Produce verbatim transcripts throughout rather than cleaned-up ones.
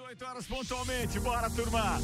dezoito horas pontualmente, bora turma!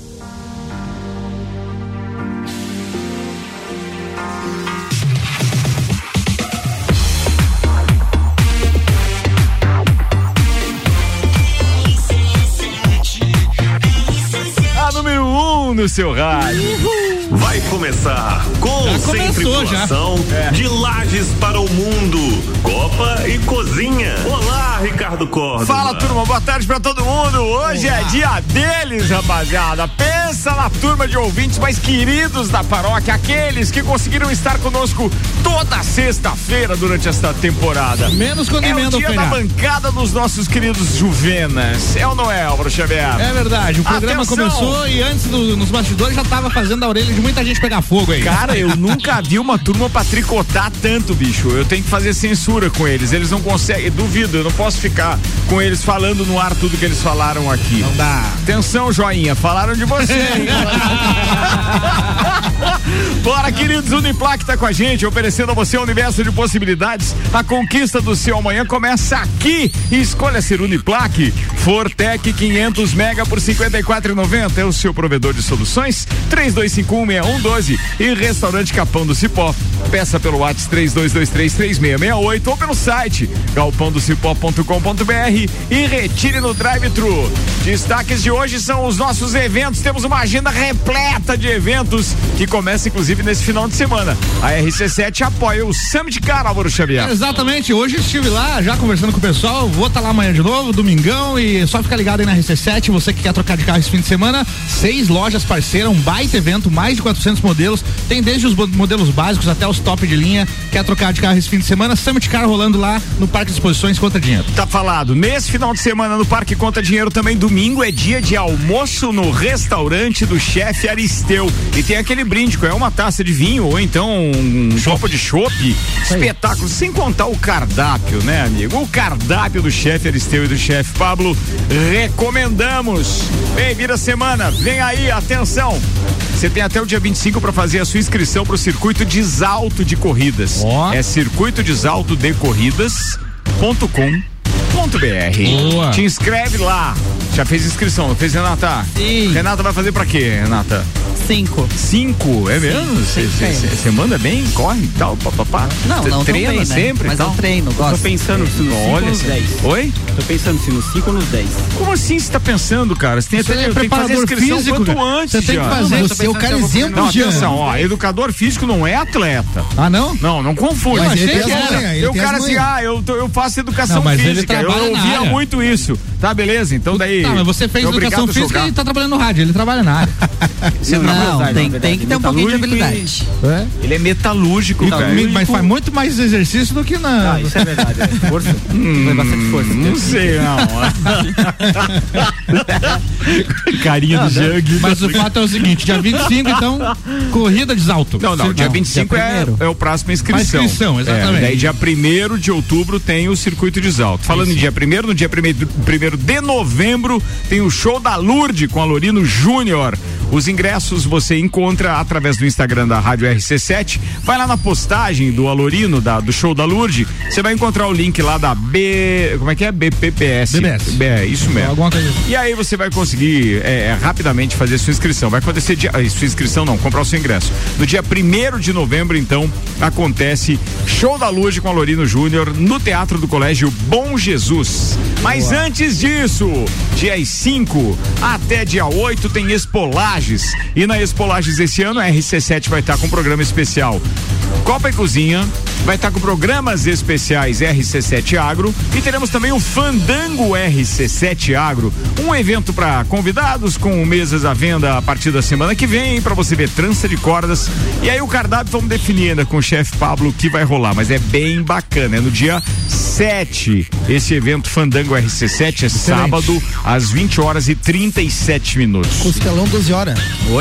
A número um no seu rádio. Uhul. Vai começar com já sempre informação é. de Lages para o mundo. Copa e Cozinha. Olá, Ricardo Córdoba. Fala, turma, boa tarde pra todo mundo. Hoje Olá. é dia deles, rapaziada. Pensa na turma de ouvintes mais queridos da paróquia, aqueles que conseguiram estar conosco toda sexta-feira durante esta temporada. Menos quando emenda o dia da bancada dos nossos queridos Juvenas. É ou não é, Álvaro Xavier? É verdade, o programa Atenção. começou e antes do, nos bastidores já tava fazendo a orelha de muita gente pegar fogo aí. Cara, eu nunca vi uma turma pra tricotar tanto, bicho. Eu tenho que fazer censura com eles. Eles não conseguem, duvido, eu não posso ficar com eles falando no ar tudo que eles falaram aqui. Não dá. Atenção, joinha, falaram de você, hein? Bora, queridos, Uniplac tá com a gente, oferecendo a você um universo de possibilidades. A conquista do seu amanhã começa aqui. Escolha ser Uniplac. Fortec quinhentos mega por cinquenta e quatro reais e noventa centavos é o seu provedor de soluções. Três dois cinco um, seis um um doze e Restaurante Capão do Cipó. Peça pelo WhatsApp três dois dois três, três seis seis oito ou pelo site galpão do cipó ponto com ponto br e retire no drive-thru. Destaques de hoje são os nossos eventos. Temos uma agenda repleta de eventos que começa inclusive nesse final de semana. A R C sete apoia o Summit Car, Álvaro Xavier. É, exatamente, hoje estive lá já conversando com o pessoal, vou estar tá lá amanhã de novo, domingão, e só ficar ligado aí na R C sete, você que quer trocar de carro esse fim de semana, seis lojas parceiras, um baita evento, mais de quatrocentos modelos, tem desde os modelos básicos até os top de linha. Quer trocar de carro esse fim de semana? Summit Car rolando lá no Parque de Exposições Conta Dinheiro. Tá falado, nesse final de semana no Parque Conta Dinheiro também, domingo é dia de almoço no restaurante do chefe Aristeu, e tem aquele brinde, é uma taça de vinho ou então um copo de chopp, espetáculo, sem contar o cardápio, né, amigo? O cardápio do chefe Aristeu e do chefe Pablo, recomendamos. Bem, vira semana, vem aí, atenção, você tem até o dia vinte e cinco para fazer a sua inscrição pro Circuito Desalto de Corridas. Oh. É circuito desalto de corridas ponto com ponto br. Boa. Te inscreve lá. Já fez inscrição, não fez, Renata? Sim. Renata vai fazer pra quê, Renata? Cinco. Cinco? É mesmo? Você manda bem? Corre e tal, papapá? Não, cê não treina bem, sempre? Né? Mas tal? eu treino, gosto. Tô pensando se nos cinco ou nos dez. Oi? Tô pensando se nos cinco ou nos dez. Como assim você tá pensando, cara? Você tem, você até, é tem que fazer a inscrição físico, quanto cara. antes, Você tem que fazer. Não, você é o cara exemplo, Não, Jean. atenção, ó, educador físico não é atleta. Ah, não? Não, não confunde. Mas Achei ele que tem as era. manhas, ele Eu, tem cara, as assim, manhas. ah, eu, eu faço educação Não, mas ele física. Eu trabalha na ouvia área. muito isso. Tá, beleza? Então daí. Tá, mas você fez é educação física jogar. e tá trabalhando no rádio. Ele trabalha na área. Não, não, não tem, tem que ter um pouquinho de habilidade. É? Ele é metalúrgico, cara. Mas faz muito mais exercício do que na. Ah, isso é verdade. É. Força. Hum, Foi bastante força. Não sei, não. Carinha Não, do Jang. Mas o fato é o seguinte: dia vinte e cinco, então, corrida de alto. Não, não, dia vinte e cinco é, é o próximo inscrição. A inscrição, exatamente. É, daí dia primeiro de outubro tem o circuito de Salto. Falando Isso. em dia primeiro, no dia primeiro de novembro tem o show da Lourdes com a Lorino Júnior. Os ingressos você encontra através do Instagram da Rádio R C sete. Vai lá na postagem do Alorino, da, do show da Lourdes. Você vai encontrar o link lá da B. Como é que é? B P P S. B B S. É, isso mesmo. E aí você vai conseguir é, rapidamente fazer sua inscrição. Vai acontecer dia, sua inscrição não, comprar o seu ingresso. No dia primeiro de novembro, então, acontece show da Lourdes com a Lorino Júnior no Teatro do Colégio Bom Jesus. Mas Boa. antes disso, dias cinco até dia oito tem Expolages. E na Expolages esse ano a R C sete vai estar com um programa especial Copa e Cozinha, vai estar com programas especiais R C sete Agro e teremos também o Fandango R C sete Agro, um evento para convidados com mesas à venda a partir da semana que vem, para você ver trança de cordas. E aí o cardápio vamos definir ainda com o chefe Pablo o que vai rolar, mas é bem bacana, é no dia sete esse evento Fandango R C sete, é Excelente. Sábado às vinte horas e trinta e sete minutos. Costelão doze horas. Oi?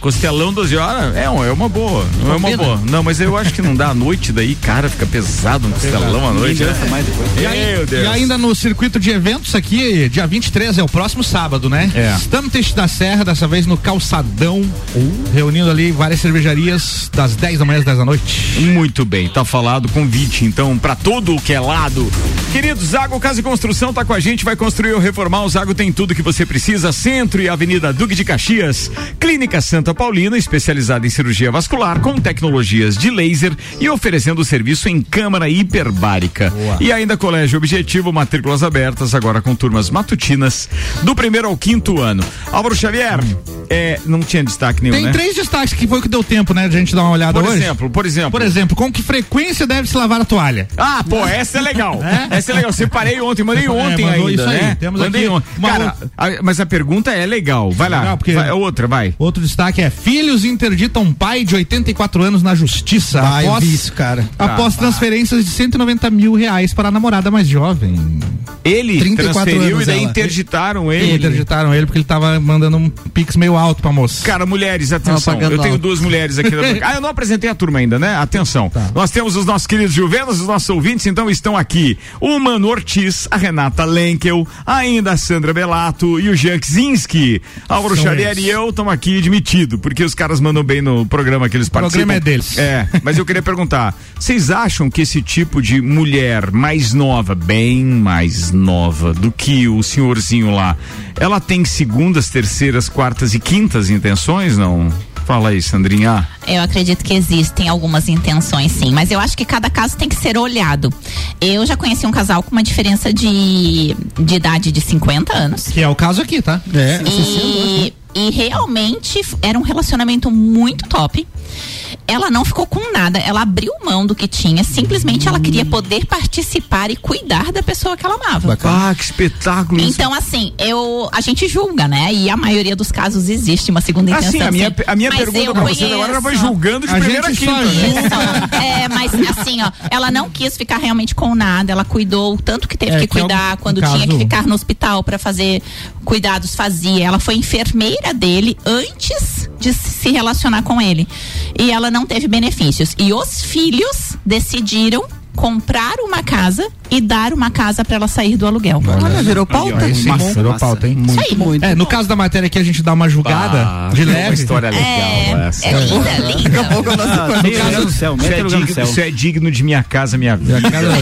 Costelão doze horas é, um, é uma boa. Não é uma boa. Não, mas eu acho que não dá à noite daí, cara, fica pesado um costelão à noite. Né? Mais depois. E, aí, e ainda no circuito de eventos aqui, dia vinte e três é o próximo sábado, né? É. Estamos da Serra, dessa vez no Calçadão, uh. reunindo ali várias cervejarias das dez da manhã às dez da noite. Muito bem, tá falado, convite então pra todo o que é lado. Querido, Zago Casa e Construção tá com a gente, vai construir ou reformar. O Zago tem tudo que você precisa, Centro e Avenida Duque de Caxias. Clínica Santa Paulina, especializada em cirurgia vascular com tecnologias de laser e oferecendo serviço em câmara hiperbárica. Boa. E ainda Colégio Objetivo, matrículas abertas agora com turmas matutinas do primeiro ao quinto ano. Álvaro Xavier, é, não tinha destaque nenhum, tem né? três destaques que foi o que deu tempo, né, de a gente dar uma olhada por hoje. Por exemplo, por exemplo. Por exemplo, com que frequência deve se lavar a toalha? Ah, pô, essa é legal. É? Essa é legal. Separei ontem, mandei ontem é, ainda, né? Temos mandei aqui ontem. Cara, a, mas a pergunta é legal. Vai legal, lá. Porque vai, outra, vai. Outro destaque é: filhos interditam pai de oitenta e quatro anos na justiça. Vai, após, isso, cara. Após ah, transferências de cento e noventa mil reais para a namorada mais jovem. Ele transferiu e daí ela. interditaram ele. Interditaram ele porque ele tava mandando um pix meio alto pra moça. Cara, mulheres, atenção. Eu tenho alto. duas mulheres aqui. Ah, eu não apresentei a turma ainda, né? Atenção. Tá. Nós temos os nossos queridos Juvenas, os nossos ouvintes, então estão aqui o Mano Ortiz, a Renata Lenkel, ainda a Sandra Belato e o Jean Kzinski. Álvaro Xavier e eu estamos aqui admitido, porque os caras mandam bem no programa que eles participam. O programa é deles. É, mas eu queria perguntar, vocês acham que esse tipo de mulher mais nova, bem mais nova do que o senhorzinho lá, ela tem segundas, terceiras, quartas e quintas intenções, não? Fala aí, Sandrinha. Eu acredito que existem algumas intenções, sim, mas eu acho que cada caso tem que ser olhado. Eu já conheci um casal com uma diferença de, de idade de cinquenta anos. Que é o caso aqui, tá? É. E, e realmente era um relacionamento muito top. Ela não ficou com nada, ela abriu mão do que tinha, simplesmente ela queria poder participar e cuidar da pessoa que ela amava. Ah, que espetáculo. Então, assim, eu, a gente julga, né? E a maioria dos casos existe uma segunda intenção. Assim, a minha, a minha pergunta pra vocês agora já vai julgando de a primeira gente quinta. Né? É, mas assim, ó, ela não quis ficar realmente com nada, ela cuidou o tanto que teve é, que, que cuidar, é um, quando um tinha caso... que ficar no hospital pra fazer cuidados, fazia. Ela foi enfermeira dele antes de se relacionar com ele. E ela não teve benefícios. E os filhos decidiram comprar uma casa e dar uma casa pra ela sair do aluguel. Olha, virou pauta. Aí, sim, massa, virou pauta, hein? Isso aí. Muito é, no caso da matéria aqui a gente dá uma julgada ah, de leve. Uma história legal é, essa. É linda, é linda. Daqui a pouco eu não sei. Isso é digno de Minha Casa Minha Vida.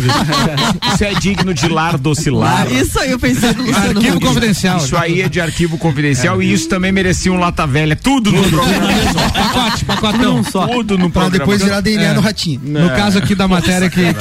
Isso é digno de Lar Docilar. Isso aí eu pensei no Luciano. Arquivo confidencial. Isso aí é de arquivo confidencial é. E isso também merecia um Lata Velha. Tudo no programa. Pacote, pacotão. Só. Tudo no programa. Pra depois virar D N A no ratinho. No caso aqui da matéria que...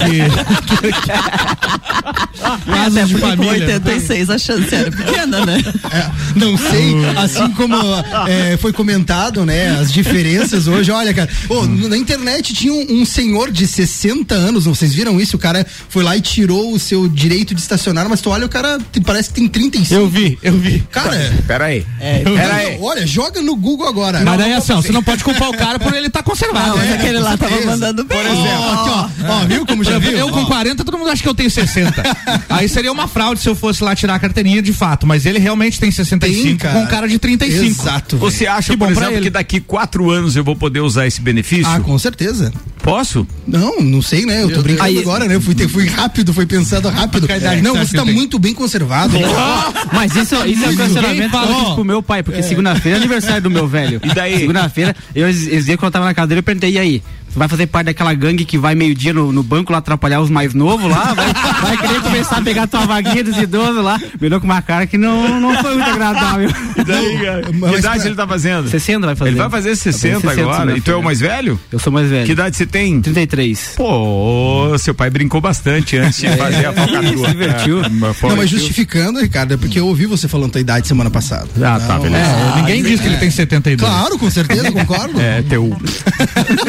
Casos de família. oitenta e seis a chance era pequena, né? É, não sei, assim como é, foi comentado, né, as diferenças hoje, olha, cara, oh, na internet tinha um, um senhor de sessenta anos, vocês viram isso? O cara foi lá e tirou o seu direito de estacionar, mas tu olha, o cara tem, parece que tem trinta e cinco. Eu vi, eu vi. Cara, peraí. É, peraí. Olha, joga no Google agora. Mas daí assim, você não pode culpar o cara por ele estar tá conservado. Não, mas é, aquele lá tava mandando bem. Por exemplo, oh, aqui, ó, ó, viu como já viu? Eu com quarenta, todo mundo acha que eu tenho sessenta. Aí seria uma fraude se eu fosse lá tirar a carteirinha de fato, mas ele realmente tem sessenta e cinco tem, cara. Com cara de trinta e cinco. Exato. Você acha, que por exemplo, que daqui quatro anos eu vou poder usar esse benefício? Ah, com certeza. Posso? Não, não sei, né? Eu tô eu brincando aí, agora, né? Eu fui, fui rápido, fui pensando rápido. É, não, você tá muito bem conservado. Oh, mas isso, isso é o cancelamento que eu fiz pro meu pai, porque é. segunda-feira é aniversário do meu velho. E daí? Segunda-feira, eu dizia quando eu tava na casa dele, eu perguntei, e aí? Você vai fazer parte daquela gangue que vai meio-dia no, no banco lá atrapalhar os mais novos lá? Vai, vai querer começar a pegar tua vaguinha dos idosos lá? Me olhou com uma cara que não, não foi muito agradável. E daí, cara? Que idade ele tá fazendo? sessenta vai fazer. Ele vai fazer sessenta, tá sessenta agora? E tu é o mais velho? Eu sou mais velho. Que idade você tem? trinta e três. Pô, seu pai brincou bastante antes de fazer a falcatrua. Se divertiu. É, não, mas justificando, Ricardo, é porque eu ouvi você falando tua idade semana passada. Ah, não, tá, beleza. É, ninguém ah, disse é. que ele tem setenta e dois. Claro, com certeza, concordo. É, teu.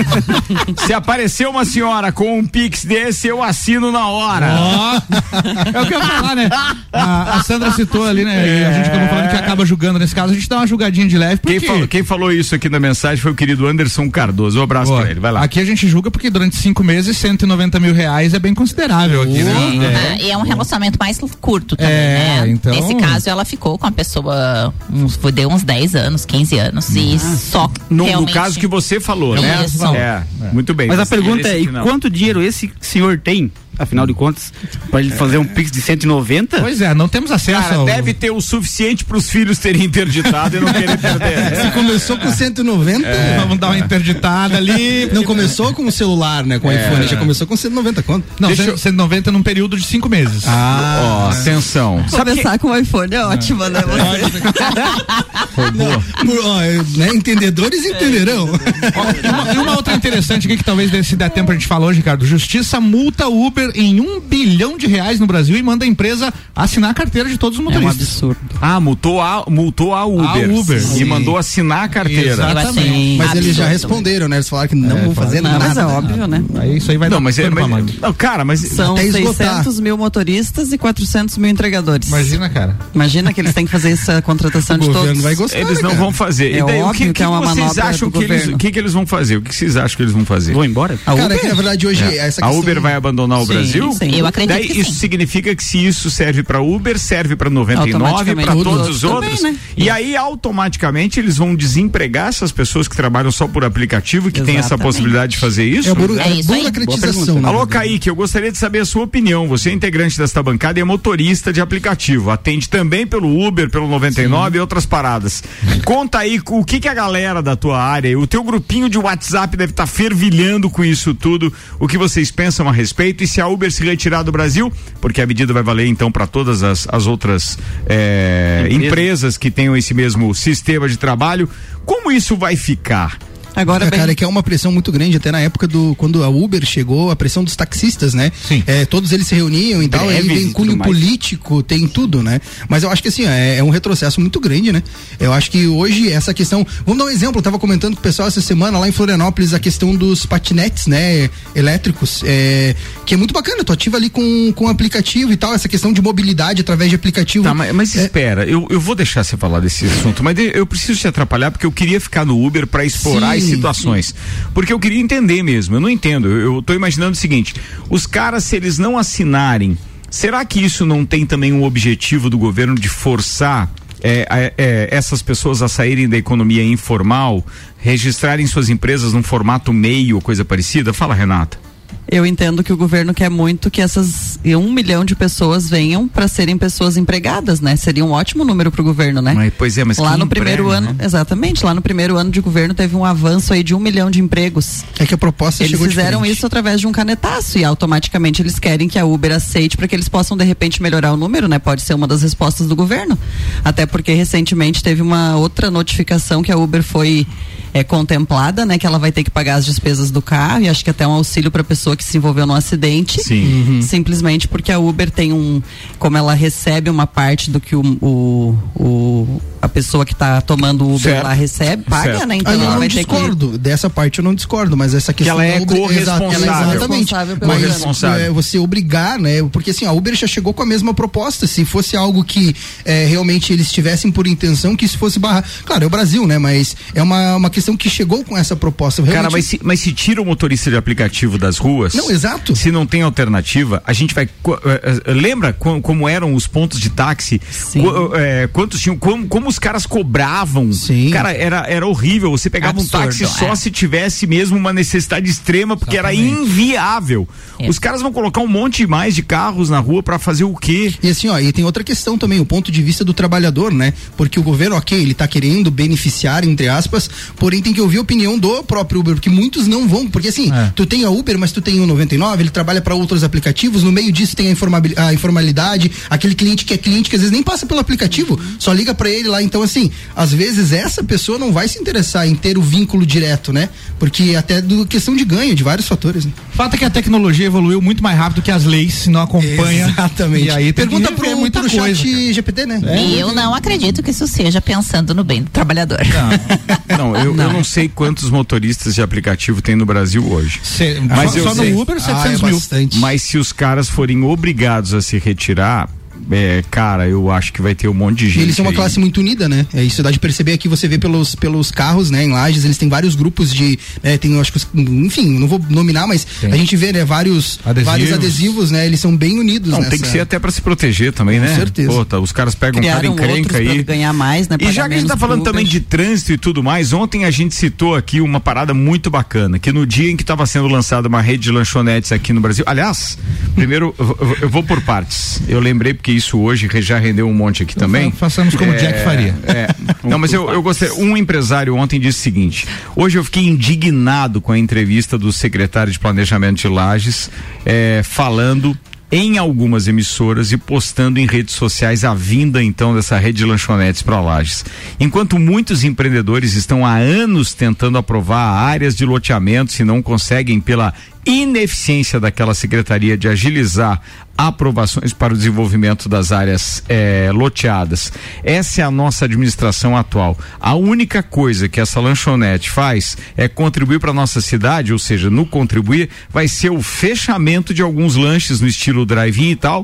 Se aparecer uma senhora com um Pix desse, eu assino na hora. Oh. É o que eu ia falar, né? A, a Sandra citou ali, né? É. E a gente acabou falando que acaba julgando nesse caso, a gente dá uma julgadinha de leve. Porque... Quem, falou, quem falou isso aqui na mensagem foi o querido Anderson Cardoso. Um abraço Boa. pra ele, vai lá. Aqui a gente julga porque durante cinco meses, cento e noventa mil reais é bem considerável aqui, né? É. E é um relacionamento mais curto também, é, né? Então... Nesse caso, ela ficou com a pessoa, uns, deu uns dez anos, quinze anos, ah. e só no, realmente... no caso que você falou, né? Isso. É, é. Muito bem. Mas a pergunta é, e quanto dinheiro esse senhor tem? Afinal de contas, pra ele fazer um Pix de cento e noventa? Pois é, não temos acesso. Cara, ao... deve ter o suficiente pros filhos terem interditado e não querer perder. Se começou com cento e noventa, é. Vamos dar uma interditada ali. Não começou com o celular, né? Com o é. iPhone, já começou com cento e noventa quanto? Não, Deixa cento e noventa eu... num período de cinco meses. Ah, ó, atenção. Começar que... com o iPhone é ótimo, é. né? Foi boa. Por, ó, né? Entendedores entenderão. Ó, e, uma, e uma outra interessante aqui que talvez se der tempo a gente falar hoje, Ricardo. Justiça multa Uber em um bilhão de reais no Brasil e manda a empresa assinar a carteira de todos os motoristas. É um absurdo. Ah, multou a, multou a Uber. A Uber. E Sim. mandou assinar a carteira. Exatamente. Mas eles já responderam, né? Eles falaram que não é, vão fazer não, nada. Mas é óbvio, né? Aí isso aí vai não, dar mas, é, mas não, cara, mas são até seiscentos mil motoristas e quatrocentos mil entregadores. Imagina, cara. Imagina que eles têm que fazer essa contratação o de governo todos. Vai gostar, eles não cara. vão fazer. É e daí, óbvio o que, que, que é uma vocês manobra acham do que eles, governo. que, que eles vão fazer? O que vocês acham que eles vão fazer? Vão embora? A cara, Uber? Que na verdade hoje é. essa A questão... Uber vai abandonar o Sim, Brasil? sim. Eu acredito Daí, que isso sim. significa que se isso serve para Uber, serve para noventa e nove, para todos os outros. Também, né? E aí automaticamente eles vão desempregar essas pessoas que trabalham só por aplicativo, que tem essa possibilidade de fazer isso? É, buru- É isso aí. burocratização. Alô, Kaique, eu gostaria de saber a sua opinião. Você é integrante desta bancada e é motorista de aplicativo. Atende também pelo Uber, pelo noventa e nove Sim. e outras paradas. Conta aí o que, que a galera da tua área, o teu grupinho de WhatsApp deve estar tá fervilhando com isso tudo. O que vocês pensam a respeito? E se a Uber se retirar do Brasil, porque a medida vai valer então para todas as, as outras é, Empresa. empresas que tenham esse mesmo sistema de trabalho, como isso vai ficar? Agora, é, bem... cara, que é uma pressão muito grande, até na época do, quando a Uber chegou, a pressão dos taxistas, né? Sim. É, todos eles se reuniam e tal, aí vem cunho político, tem tudo, né? Mas eu acho que assim, é, é um retrocesso muito grande, né? Eu acho que hoje essa questão, vamos dar um exemplo, eu tava comentando com o pessoal essa semana lá em Florianópolis, a questão dos patinetes, né? Elétricos, é, que é muito bacana, tu ativa ali com, com aplicativo e tal, essa questão de mobilidade através de aplicativo. Tá, mas, mas é, espera, eu, eu vou deixar você falar desse assunto, mas eu preciso te atrapalhar porque eu queria ficar no Uber pra explorar Sim. as situações. Porque eu queria entender mesmo, eu não entendo. Eu, eu tô imaginando o seguinte: os caras, se eles não assinarem, será que isso não tem também um objetivo do governo de forçar é, é, essas pessoas a saírem da economia informal, registrarem suas empresas num formato meio ou coisa parecida? Fala, Renata. Eu entendo que o governo quer muito que essas um milhão de pessoas venham para serem pessoas empregadas, né? Seria um ótimo número para o governo, né? Mas, pois é, mas lá no emprega, primeiro ano, né? Exatamente, lá no primeiro ano de governo teve um avanço aí de um milhão de empregos. É que a proposta eles chegou fizeram diferente. isso através de um canetaço e automaticamente eles querem que a Uber aceite para que eles possam de repente melhorar o número, né? Pode ser uma das respostas do governo. Até porque recentemente teve uma outra notificação que a Uber foi é, contemplada, né? Que ela vai ter que pagar as despesas do carro e acho que até um auxílio para a pessoa que se envolveu num acidente. Sim. Uhum. Simplesmente porque a Uber tem um, como ela recebe uma parte do que o, o, o a pessoa que está tomando o Uber certo. lá recebe, paga, certo. né? Então ah, eu ela não vai discordo, ter que... dessa parte eu não discordo, mas essa questão que ela é da Uber, corresponsável. Exa exatamente. Mas corresponsável. É, você obrigar, né? Porque assim, a Uber já chegou com a mesma proposta, se fosse algo que é, realmente eles tivessem por intenção que isso fosse barrar. Claro, é o Brasil, né? Mas é uma, uma questão que chegou com essa proposta. Realmente... Cara, mas se, mas se tira o motorista de aplicativo das ruas... Não, exato. Se não tem alternativa, a gente vai... Uh, uh, lembra como, como eram os pontos de táxi? Qu, uh, quantos tinham? Como, como os caras cobravam? Sim. Cara, era, era horrível. Você pegava Absurdo, um táxi é. só se tivesse mesmo uma necessidade extrema, porque Exatamente. Era inviável. É. Os caras vão colocar um monte mais de carros na rua pra fazer o quê? E assim, ó, e tem outra questão também, o ponto de vista do trabalhador, né? Porque o governo, ok, ele tá querendo beneficiar, entre aspas, porém tem que ouvir a opinião do próprio Uber, porque muitos não vão, porque assim, é. tu tem a Uber, mas tu tem o noventa e nove, ele trabalha para outros aplicativos, no meio disso tem a, a informalidade, aquele cliente que é cliente que às vezes nem passa pelo aplicativo, só liga para ele lá então Então, assim, às vezes essa pessoa não vai se interessar em ter o vínculo direto, né? Porque até do questão de ganho, de vários fatores. Né? O fato é que a tecnologia evoluiu muito mais rápido que as leis, se não acompanha. Exatamente. E aí pergunta pro, muita pro coisa, chat G P T, né? É. Eu não acredito que isso seja pensando no bem do trabalhador. Não, não, eu, não. eu não sei quantos motoristas de aplicativo tem no Brasil hoje. Cê, mas só, eu só sei. no Uber, setecentos ah, é mil. Bastante. Mas se os caras forem obrigados a se retirar, é, cara, eu acho que vai ter um monte de gente. E eles são uma aí. classe muito unida, né? É, isso dá de perceber aqui, você vê pelos, pelos carros, né? Em Lages, eles têm vários grupos de, né, tem, eu acho que, enfim, não vou nominar, mas tem. A gente vê, né, vários adesivos. vários adesivos, né? Eles são bem unidos, Não, nessa... tem que ser até pra se proteger também, Com né? certeza. Pô, tá, os caras pegam Criaram um cara encrenca aí. Pra ganhar mais, né? E já que a gente tá falando também de trânsito e tudo mais, ontem a gente citou aqui uma parada muito bacana, que no dia em que estava sendo lançada uma rede de lanchonetes aqui no Brasil, aliás, primeiro eu, eu vou por partes, eu lembrei porque isso hoje já rendeu um monte aqui também. Façamos como o é, Jack faria. É. Não, mas eu, eu gostei, um empresário ontem disse o seguinte, hoje eu fiquei indignado com a entrevista do secretário de Planejamento de Lages, é, falando em algumas emissoras e postando em redes sociais a vinda então dessa rede de lanchonetes para Lages. Enquanto muitos empreendedores estão há anos tentando aprovar áreas de loteamento e não conseguem pela ineficiência daquela secretaria de agilizar aprovações para o desenvolvimento das áreas eh, loteadas. Essa é a nossa administração atual. A única coisa que essa lanchonete faz é contribuir para nossa cidade, ou seja, no contribuir vai ser o fechamento de alguns lanches no estilo drive-in e tal,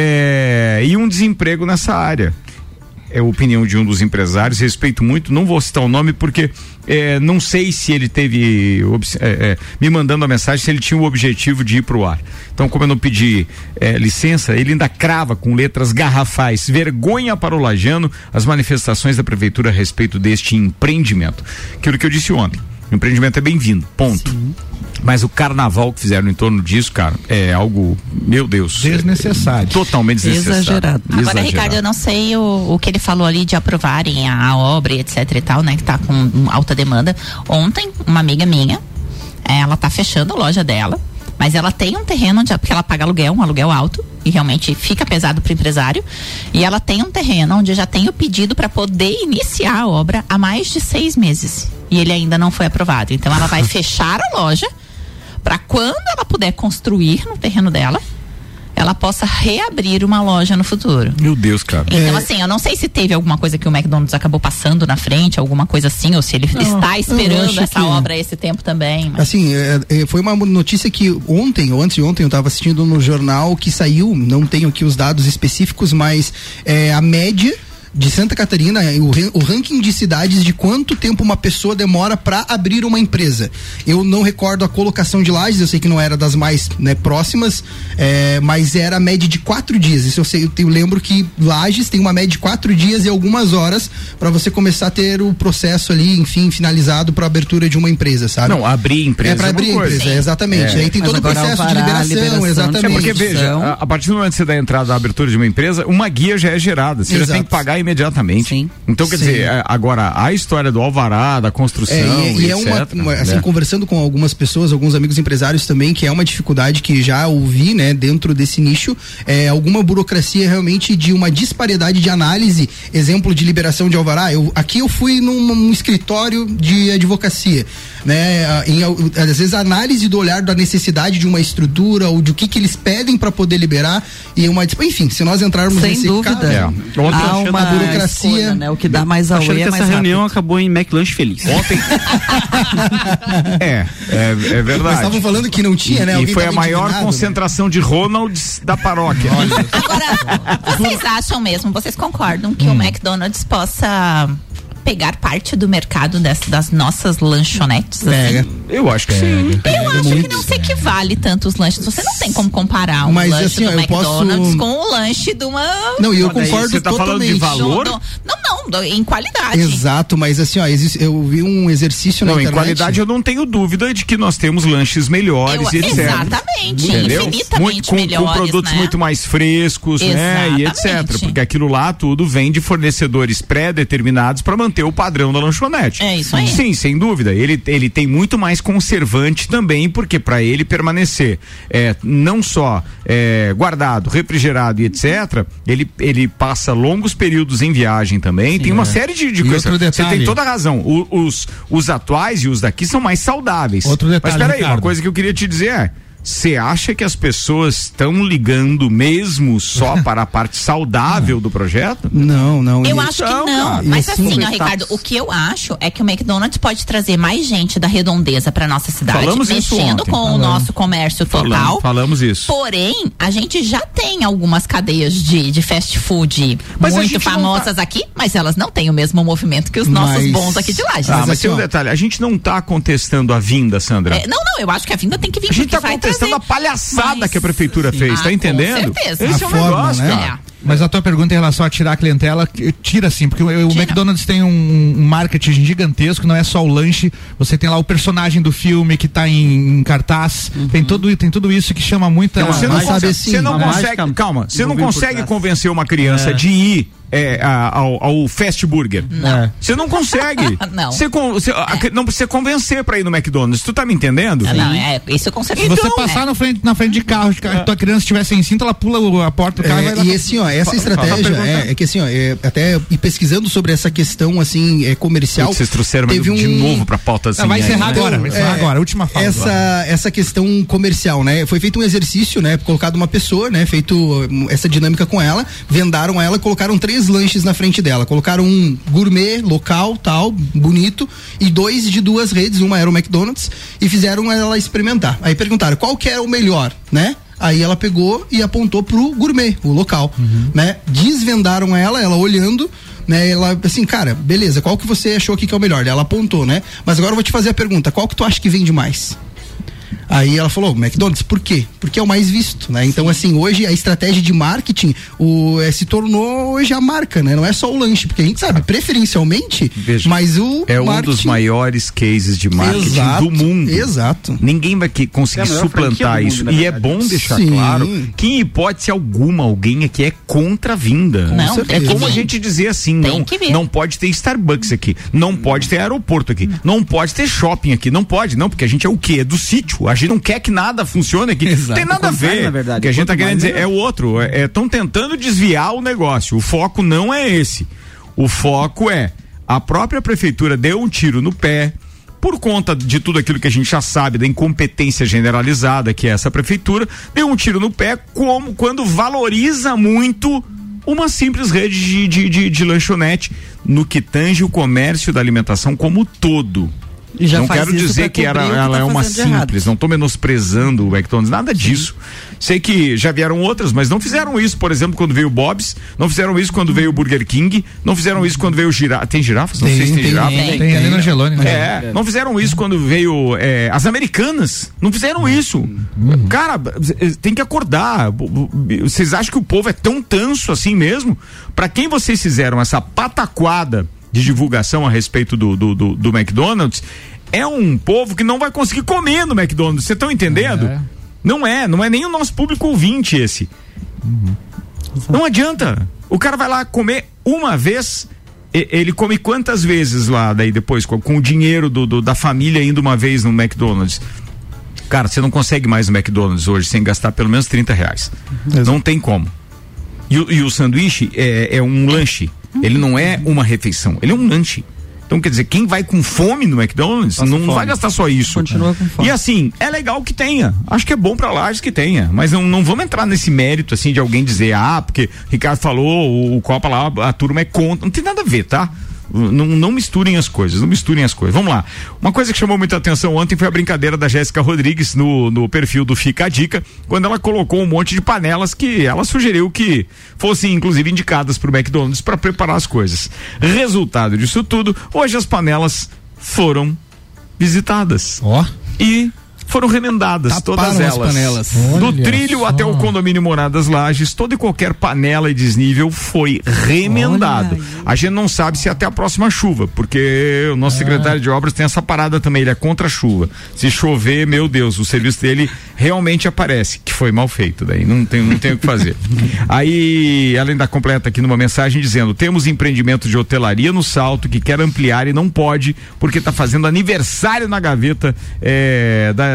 eh, e um desemprego nessa área. É a opinião de um dos empresários, respeito muito, não vou citar o nome porque é, não sei se ele teve é, é, me mandando a mensagem se ele tinha o objetivo de ir pro ar. Então, como eu não pedi é, licença, ele ainda crava com letras garrafais, vergonha para o lajano, as manifestações da prefeitura a respeito deste empreendimento. Aquilo que eu disse ontem, o empreendimento é bem-vindo, ponto. Sim. Mas o carnaval que fizeram em torno disso, cara, é algo, meu Deus. Desnecessário. É, totalmente desnecessário. Exagerado. Agora, Exagerado. Ricardo, eu não sei o, o que ele falou ali de aprovarem a, a obra, etc e tal, né? Que tá com alta demanda. Ontem, uma amiga minha, ela tá fechando a loja dela, mas ela tem um terreno onde, porque ela paga aluguel, um aluguel alto, e realmente fica pesado pro empresário, e ela tem um terreno onde já tem o pedido para poder iniciar a obra há mais de seis meses. E ele ainda não foi aprovado. Então ela vai fechar a loja para quando ela puder construir no terreno dela, ela possa reabrir uma loja no futuro. Meu Deus, cara. Então, É. assim, eu não sei se teve alguma coisa que o McDonald's acabou passando na frente, alguma coisa assim, ou se ele Não, está eu esperando acho essa que- obra esse tempo também. Mas... Assim, é, é, foi uma notícia que ontem, ou antes de ontem, eu estava assistindo no jornal que saiu, não tenho aqui os dados específicos, mas é, a média de Santa Catarina, o, o ranking de cidades de quanto tempo uma pessoa demora para abrir uma empresa. Eu não recordo a colocação de Lages, eu sei que não era das mais, né, próximas, é, mas era a média de quatro dias. Isso eu sei, eu, eu lembro que Lages tem uma média de quatro dias e algumas horas para você começar a ter o processo ali, enfim, finalizado para abertura de uma empresa, sabe? Não, abrir empresa É para é abrir uma coisa. empresa, é, exatamente. É. Aí tem Mas todo o agora processo de alvará, liberação, liberação, exatamente. É porque, veja, Então- a, a partir do momento que você dá a entrada da abertura de uma empresa, uma guia já é gerada. Você já Exato. tem que pagar imediatamente. Sim. Então, quer Sim. dizer, é, agora, a história do alvará, da construção, É, e, e é uma, etcétera, uma- assim, né? conversando com algumas pessoas, alguns amigos empresários também, que é uma dificuldade que já ouvi, né, dentro desse nicho, é alguma burocracia realmente de uma disparidade de análise, exemplo de liberação de alvará. Eu, aqui eu fui num, num escritório de advocacia, né, em, às vezes a análise do olhar da necessidade de uma estrutura ou de o que que eles pedem para poder liberar e uma, enfim, se nós entrarmos Sem nesse dúvida. caso, É. Ontem, Há achando uma a burocracia- escolha, né? O que dá mais Achando away que é essa mais reunião rápido. acabou em McLanche Feliz. Ontem. é, é, é Mas verdade. estavam falando que não tinha, né? E, e Alguém foi a tava maior indignado, né? concentração de Ronalds da paróquia. Agora, vocês acham mesmo, vocês concordam que o McDonald's possa pegar parte do mercado das, das nossas lanchonetes? Pega. Assim? Eu acho que sim. Eu acho que não se equivale tanto os lanches. Você não tem como comparar um Mas, lanche assim, do ó, eu McDonald's posso- com o lanche de uma... Não, e eu Mas daí concordo você tá falando totalmente. de valor? do- do- não, não, do- em qualidade. Exato, mas assim, ó, existe, eu vi um exercício na Não, em internet. qualidade eu não tenho dúvida de que nós temos lanches melhores Eu- e etcétera. exatamente, Entendeu? infinitamente Muito, com, melhores, com produtos né? muito mais frescos, né? E Exatamente. etcétera. Porque aquilo lá tudo vem de fornecedores pré-determinados para manter o padrão da lanchonete. É isso aí. Sim, sem dúvida. Ele, ele tem muito mais conservante também, porque para ele permanecer é, não só é, guardado, refrigerado e etcétera, ele, ele passa longos períodos em viagem também, Sim. tem é. uma série de, de coisas. Você tem toda a razão. O, os, os atuais e os daqui são mais saudáveis. Outro detalhe, mas peraí, Ricardo. uma coisa que eu queria te dizer é, você acha que as pessoas estão ligando mesmo só para a parte saudável do projeto? Não, não. Eu e... acho que Não, não. cara. Mas E assim, assim, ó, tá- Ricardo, o que eu acho é que o McDonald's pode trazer mais gente da redondeza para nossa cidade, Falamos isso mexendo ontem. com Falamos. o nosso comércio total. Falamos, falamos isso. Porém, a gente já tem algumas cadeias de, de fast food Mas a muito gente não famosas tá- aqui, mas elas não têm o mesmo movimento que os nossos Mas- bons aqui de Lages. Ah, Mas mas assim, tem um ó. detalhe, a gente não tá contestando a vinda, Sandra. É, não, não, eu acho que a vinda tem que vir. A gente porque tá vai contestando trazer. a palhaçada Mas- que a prefeitura Sim. fez, Ah, tá entendendo? com certeza. Esse A é o forma, negócio, né? cara. É. Mas a tua pergunta em relação a tirar a clientela, que- tira sim, porque o, o Tira. McDonald's tem um, um marketing gigantesco, não é só o lanche, você tem lá o personagem do filme que tá em, em cartaz, tem, tudo, tem tudo isso que chama muita... Você não, Mas sabe consegue, assim, você não uma consegue, mágica calma, você não envolvida por consegue trás. convencer uma criança de ir é, a- ao, ao fast burger. É. Você não consegue. Não. Você, con- você- a- não precisa convencer pra ir no McDonald's. Tu tá me entendendo? Ah, não, é, isso com Se certeza. você Então, passar é. na, frente, na frente de carro, de carro tua criança estiver sem cinto, ela pula o- a porta do carro e vai É, dar e pra- assim, ó, essa Fala- estratégia fala pergunta. é, é que assim, ó, é, até e pesquisando sobre essa questão assim, é, comercial. Putz, vocês trouxeram teve de um- novo pra pauta assim. Ah, vai encerrar ainda. agora, vai encerrar agora, última fala. Essa, agora. essa questão comercial, né? Foi feito um exercício, né? Colocado uma pessoa, né? Feito hum, essa dinâmica com ela, vendaram ela, colocaram três lanches na frente dela. Colocaram um gourmet, local, tal, bonito, e dois de duas redes, uma era o McDonald's, e fizeram ela experimentar. Aí perguntaram, qual que era o melhor, né? Aí ela pegou e apontou pro gourmet, o local, né? Desvendaram ela, ela olhando, né? Ela, assim, cara, beleza, qual que você achou aqui que é o melhor? Ela apontou, né? Mas agora eu vou te fazer a pergunta, qual que tu acha que vende mais? Aí ela falou, McDonald's, por quê? Porque é o mais visto, né? Então, assim, hoje a estratégia de marketing o, é, se tornou hoje a marca, né? Não é só o lanche, porque a gente sabe, preferencialmente, Veja, mas o é um marketing... dos maiores cases de marketing Exato, do mundo. exato. Ninguém vai que conseguir É a maior suplantar franquia do isso. mundo, na E é verdade. bom deixar Sim. claro que, em hipótese alguma, alguém aqui é contra a vinda. Não, é tem que como a vir. gente dizer assim, Tem não, que vir. não pode ter Starbucks aqui, não pode ter aeroporto aqui, não pode ter shopping aqui, não pode, não, porque a gente é o quê? É do sítio. A gente não quer que nada funcione aqui. Exato. Tem nada a Ao contrário, ver. na verdade. O que a gente tá Quanto querendo mais, dizer melhor. é o outro. Estão tentando desviar o negócio. O foco não é esse. O foco é a própria prefeitura deu um tiro no pé por conta de tudo aquilo que a gente já sabe da incompetência generalizada que é essa prefeitura, deu um tiro no pé como quando valoriza muito uma simples rede de, de, de, de lanchonete no que tange o comércio da alimentação como todo. E já Não faz quero isso dizer pra que era, cobrir o que ela tá é uma fazendo de errado. simples, não estou menosprezando o McDonald's, nada disso. Sei que já vieram outras, mas não fizeram isso, por exemplo, quando veio o Bob's, não fizeram isso quando veio o Burger King, não fizeram isso quando veio o girafa. Tem girafas? Não Tem, sei se tem, tem, girafa. tem. Tem ali no Angelone, né? É, não fizeram isso quando veio é, as americanas, não fizeram isso. Cara, tem que acordar. Vocês acham que o povo é tão tanso assim mesmo? Pra quem vocês fizeram essa pataquada de divulgação a respeito do, do, do, do McDonald's, é um povo que não vai conseguir comer no McDonald's, vocês estão entendendo? É. Não é, não é nem o nosso público ouvinte esse. Não adianta. O cara vai lá comer uma vez, e- ele come quantas vezes lá daí depois, com, com o dinheiro do, do- da família indo uma vez no McDonald's? Cara, você não consegue mais no McDonald's hoje sem gastar pelo menos trinta reais. Não tem como. E, o- e o sanduíche é, é um lanche. Ele não é uma refeição, ele é um lanche. Então, quer dizer, quem vai com fome no McDonald's Passa não fome. vai gastar só isso. Continua com fome. E assim, é legal que tenha. Acho que é bom pra Lages que tenha. Mas não, não vamos entrar nesse mérito, assim, de alguém dizer, ah, porque Ricardo falou, o, o Copa lá, a turma é contra. Não tem nada a ver, tá? Não, não misturem as coisas, não misturem as coisas. Vamos lá. Uma coisa que chamou muita atenção ontem foi a brincadeira da Jéssica Rodrigues no, no perfil do Fica a Dica, quando ela colocou um monte de panelas que ela sugeriu que fossem, inclusive, indicadas para o McDonald's para preparar as coisas. Resultado disso tudo, hoje as panelas foram visitadas. Ó. E foram remendadas, Taparam todas as elas. panelas. Do Olha trilho só. até o condomínio Moradas Lages, toda e qualquer panela e desnível foi remendado. Olha aí. A gente não sabe se até a próxima chuva, porque o nosso secretário de obras tem essa parada também, ele é contra a chuva. Se chover, meu Deus, o serviço dele realmente aparece, que foi mal feito, daí não tem, não tem o que fazer. Aí, ela ainda completa aqui numa mensagem dizendo: temos empreendimento de hotelaria no Salto que quer ampliar e não pode, porque está fazendo aniversário na gaveta é, da,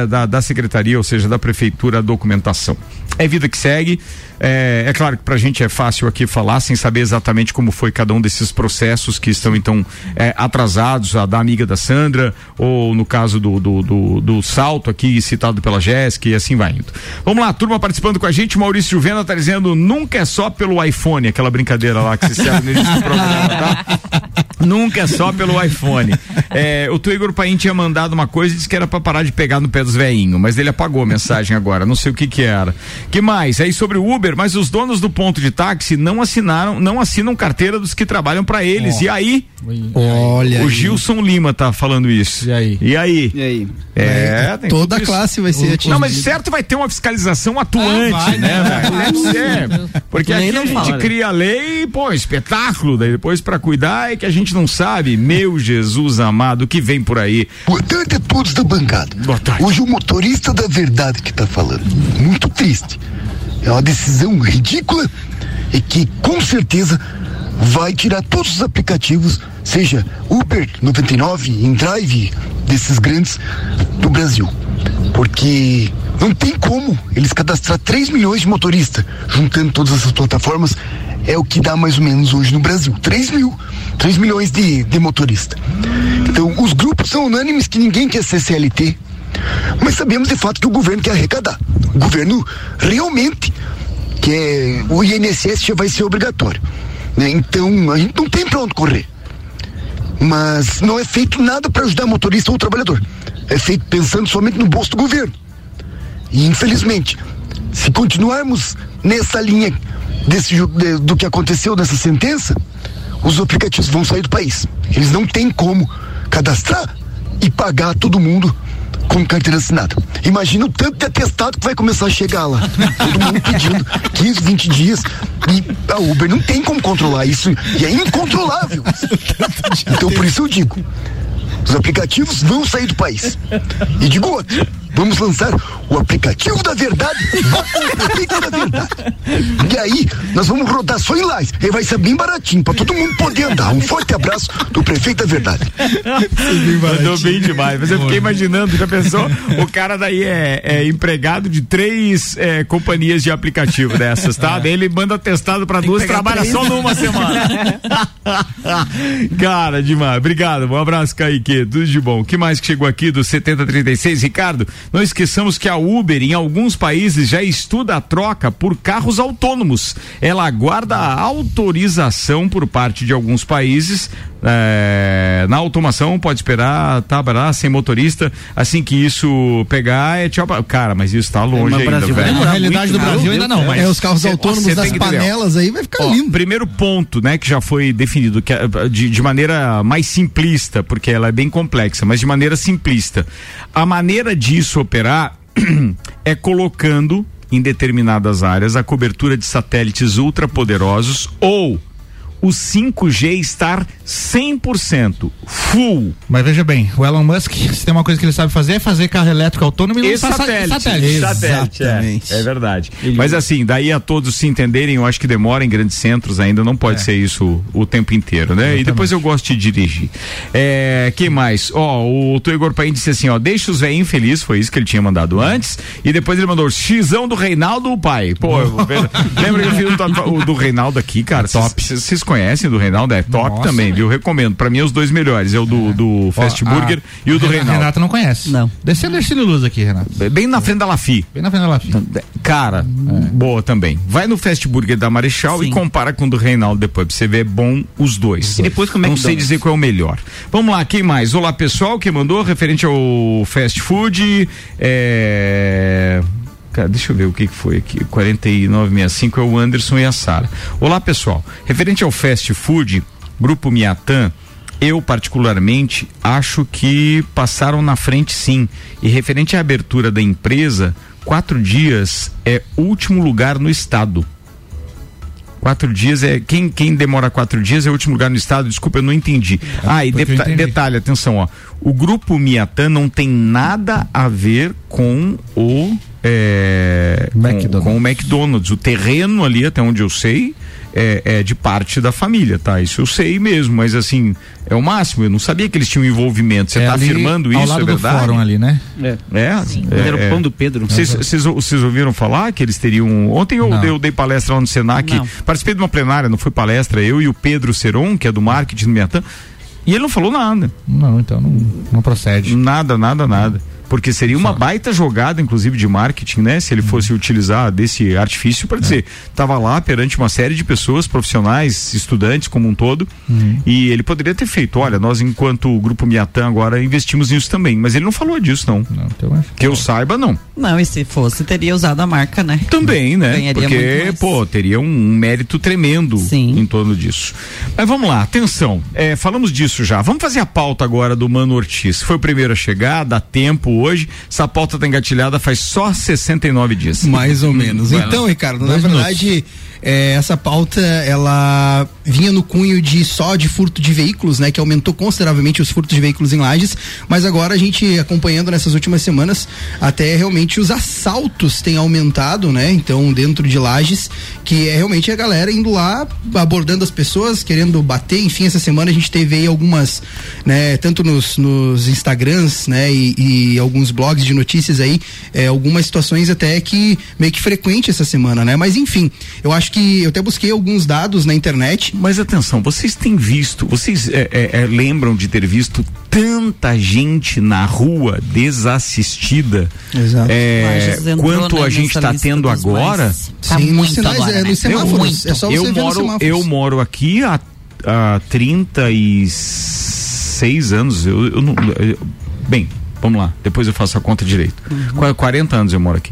da, da, da secretaria, ou seja, da prefeitura, a documentação. É vida que segue. É, é claro que pra gente é fácil aqui falar sem saber exatamente como foi cada um desses processos que estão então é, atrasados, a da amiga da Sandra, ou no caso do, do, do, do salto aqui citado pela Jéssica, e assim vai indo. Vamos lá, turma participando com a gente. Maurício Juvena tá dizendo: nunca é só pelo iPhone, aquela brincadeira lá que se serve nesse programa, tá? Nunca é só pelo iPhone. É, o Igor Paim tinha mandado uma coisa e disse que era pra parar de pegar no pé dos veinhos, mas ele apagou a mensagem agora, não sei o que que era. Que mais? Aí sobre o Uber, mas os donos do ponto de táxi não assinaram, não assinam carteira dos que trabalham pra eles. Oh. E aí? Olha. O aí. Gilson Lima tá falando isso. E aí? E aí? E aí? É, tem toda a classe vai ser atingida. Não, mas certo vai ter uma fiscalização atuante, ah, vai, né, velho? Deve ser. Porque aqui a gente fala, cria lei, pô, espetáculo, daí depois pra cuidar é que a gente não sabe. Meu Jesus amado, o que vem por aí? Boa tarde a todos da bancada. Boa tarde. Hoje o motorista da verdade que tá falando. Muito triste. É uma decisão ridícula e que com certeza vai tirar todos os aplicativos, seja Uber, noventa e nove, InDrive, desses grandes do Brasil. Porque não tem como eles cadastrar três milhões de motoristas, juntando todas essas plataformas, é o que dá mais ou menos hoje no Brasil. três mil, três milhões de, de motoristas. Então, os grupos são unânimes que ninguém quer ser C L T, mas sabemos de fato que o governo quer arrecadar. O governo realmente quer, o I N S S já vai ser obrigatório, né? Então, a gente não tem pra onde correr. Mas não é feito nada para ajudar motorista ou trabalhador. É feito pensando somente no bolso do governo. E infelizmente, se continuarmos nessa linha desse, de, do que aconteceu nessa sentença, os aplicativos vão sair do país. Eles não têm como cadastrar e pagar todo mundo com carteira assinada. Imagina o tanto de atestado que vai começar a chegar lá. Todo mundo pedindo quinze, vinte dias. E a Uber não tem como controlar isso. E é incontrolável. Então por isso eu digo, os aplicativos vão sair do país. E digo outro, vamos lançar o aplicativo da verdade, o prefeito da verdade. E aí, nós vamos rodar só em live. E vai ser bem baratinho, pra todo mundo poder andar. Um forte abraço do prefeito da verdade. Mandou bem demais. Mas eu fiquei imaginando, já pensou? O cara daí é, é empregado de três é, companhias de aplicativo dessas, tá? Daí ele manda testado pra duas, trabalha três. Só numa semana. Cara, demais. Obrigado. Um abraço, Kaique. Tudo de bom. O que mais que chegou aqui do setenta trinta e seis, Ricardo? Não esqueçamos que a Uber, em alguns países, já estuda a troca por carros autônomos. Ela aguarda a autorização por parte de alguns países. É, na automação pode esperar, tá, bará, sem motorista. Assim que isso pegar, é tchau. Cara, mas isso tá longe é, ainda, Brasil, velho. Na realidade do Brasil ainda não, mas é, os carros autônomos das panelas aí vai ficar ó, lindo. Primeiro ponto, né, que já foi definido que é, de, de maneira mais simplista, porque ela é bem complexa, mas de maneira simplista. A maneira disso operar é colocando em determinadas áreas a cobertura de satélites ultrapoderosos ou o cinco G estar cem por cento full. Mas veja bem, o Elon Musk, se tem uma coisa que ele sabe fazer, é fazer carro elétrico autônomo e, e satélite. satélite. Satélite, Exatamente. É, é verdade. Ele... Mas assim, daí a todos se entenderem, eu acho que demora em grandes centros ainda, não pode é. ser isso o, o tempo inteiro, né? Exatamente. E depois eu gosto de dirigir. É, quem mais? Ó, oh, o Igor Paim disse assim, ó, deixa os velhinhos felizes, foi isso que ele tinha mandado antes, e depois ele mandou o xizão do Reinaldo, o pai. Pô, eu, lembra que eu fiz o, o do Reinaldo aqui, cara? Top. Vocês conhecem do Reinaldo? É top. Nossa, também, viu? Recomendo. Pra mim, os dois melhores. É o do, do Fast Ó, Burger a, e o do Reinaldo. Renata não conhece. Não. Descendo a Ercílio Luz aqui, Renato. Bem na frente da Lafi. Bem na frente da Lafi. Cara, é. boa também. Vai no Fast Burger da Marechal Sim. e compara com o do Reinaldo depois, pra você ver, é bom os dois. E depois como é que Não sei dizer qual é o melhor. Vamos lá, quem mais? Olá, pessoal, quem mandou? Referente ao fast food, é... Cara, deixa eu ver o que, que foi aqui. quarenta e nove sessenta e cinco é o Anderson e a Sara. Olá, pessoal. Referente ao fast food, Grupo Miatan, eu particularmente acho que passaram na frente sim. E referente à abertura da empresa, quatro dias é último lugar no estado. Quatro dias é. Quem, quem demora quatro dias é o último lugar no estado. Desculpa, eu não entendi. É, ah, e deta- detalhe, atenção, ó. O Grupo Miatan não tem nada a ver com o. É, com, com o McDonald's. O terreno ali, até onde eu sei, é, é de parte da família, tá? Isso eu sei mesmo, mas assim, é o máximo. Eu não sabia que eles tinham envolvimento. Você é tá afirmando isso, lado é verdade? Do fórum ali, né? É. É? Sim. É, Era o pão do Pedro. Vocês ouviram falar que eles teriam. Ontem eu, eu dei palestra lá no Senac, não. Participei de uma plenária, não foi palestra, eu e o Pedro Seron, que é do marketing do Miatã, e ele não falou nada. Não, então não, não procede. Nada, nada, nada. Porque seria uma baita jogada, inclusive, de marketing, né? Se ele fosse uhum. utilizar desse artifício para dizer, estava é. lá perante uma série de pessoas, profissionais, estudantes como um todo, uhum. e ele poderia ter feito, olha, nós enquanto Grupo Miatã agora investimos nisso também, mas ele não falou disso, não. não então acho que, que eu saiba, não. Não, e se fosse, teria usado a marca, né? Também, né? Ganharia porque, pô, teria um, um mérito tremendo Sim. em torno disso. Mas vamos lá, atenção, é, falamos disso já, vamos fazer a pauta agora do Mano Ortiz. Foi o primeiro a chegar, dá tempo hoje, essa pauta tá engatilhada faz só sessenta e nove dias. Mais ou menos. Hum, então, Ricardo, na verdade, é, essa pauta, ela vinha no cunho de só de furto de veículos, né? Que aumentou consideravelmente os furtos de veículos em Lages, mas agora a gente acompanhando nessas últimas semanas, até realmente os assaltos têm aumentado, né? Então, dentro de Lages, que é realmente a galera indo lá, abordando as pessoas, querendo bater, enfim, essa semana a gente teve aí algumas, né? Tanto nos, nos Instagrams, né? E, e alguns blogs de notícias aí, é, algumas situações até que meio que frequente essa semana, né? Mas enfim, eu acho que eu até busquei alguns dados na internet. Mas atenção, vocês têm visto, vocês é, é, é, lembram de ter visto tanta gente na rua desassistida? Exato. É, quanto a gente está tendo agora? Tá Sim, nos sinais, agora, é, né? Nos semáforos. Eu, é só você eu ver moro, nos semáforos. Eu moro aqui há, há trinta e seis anos. Eu, eu não. Eu, bem. Vamos lá, depois eu faço a conta direito. Uhum. quarenta anos eu moro aqui.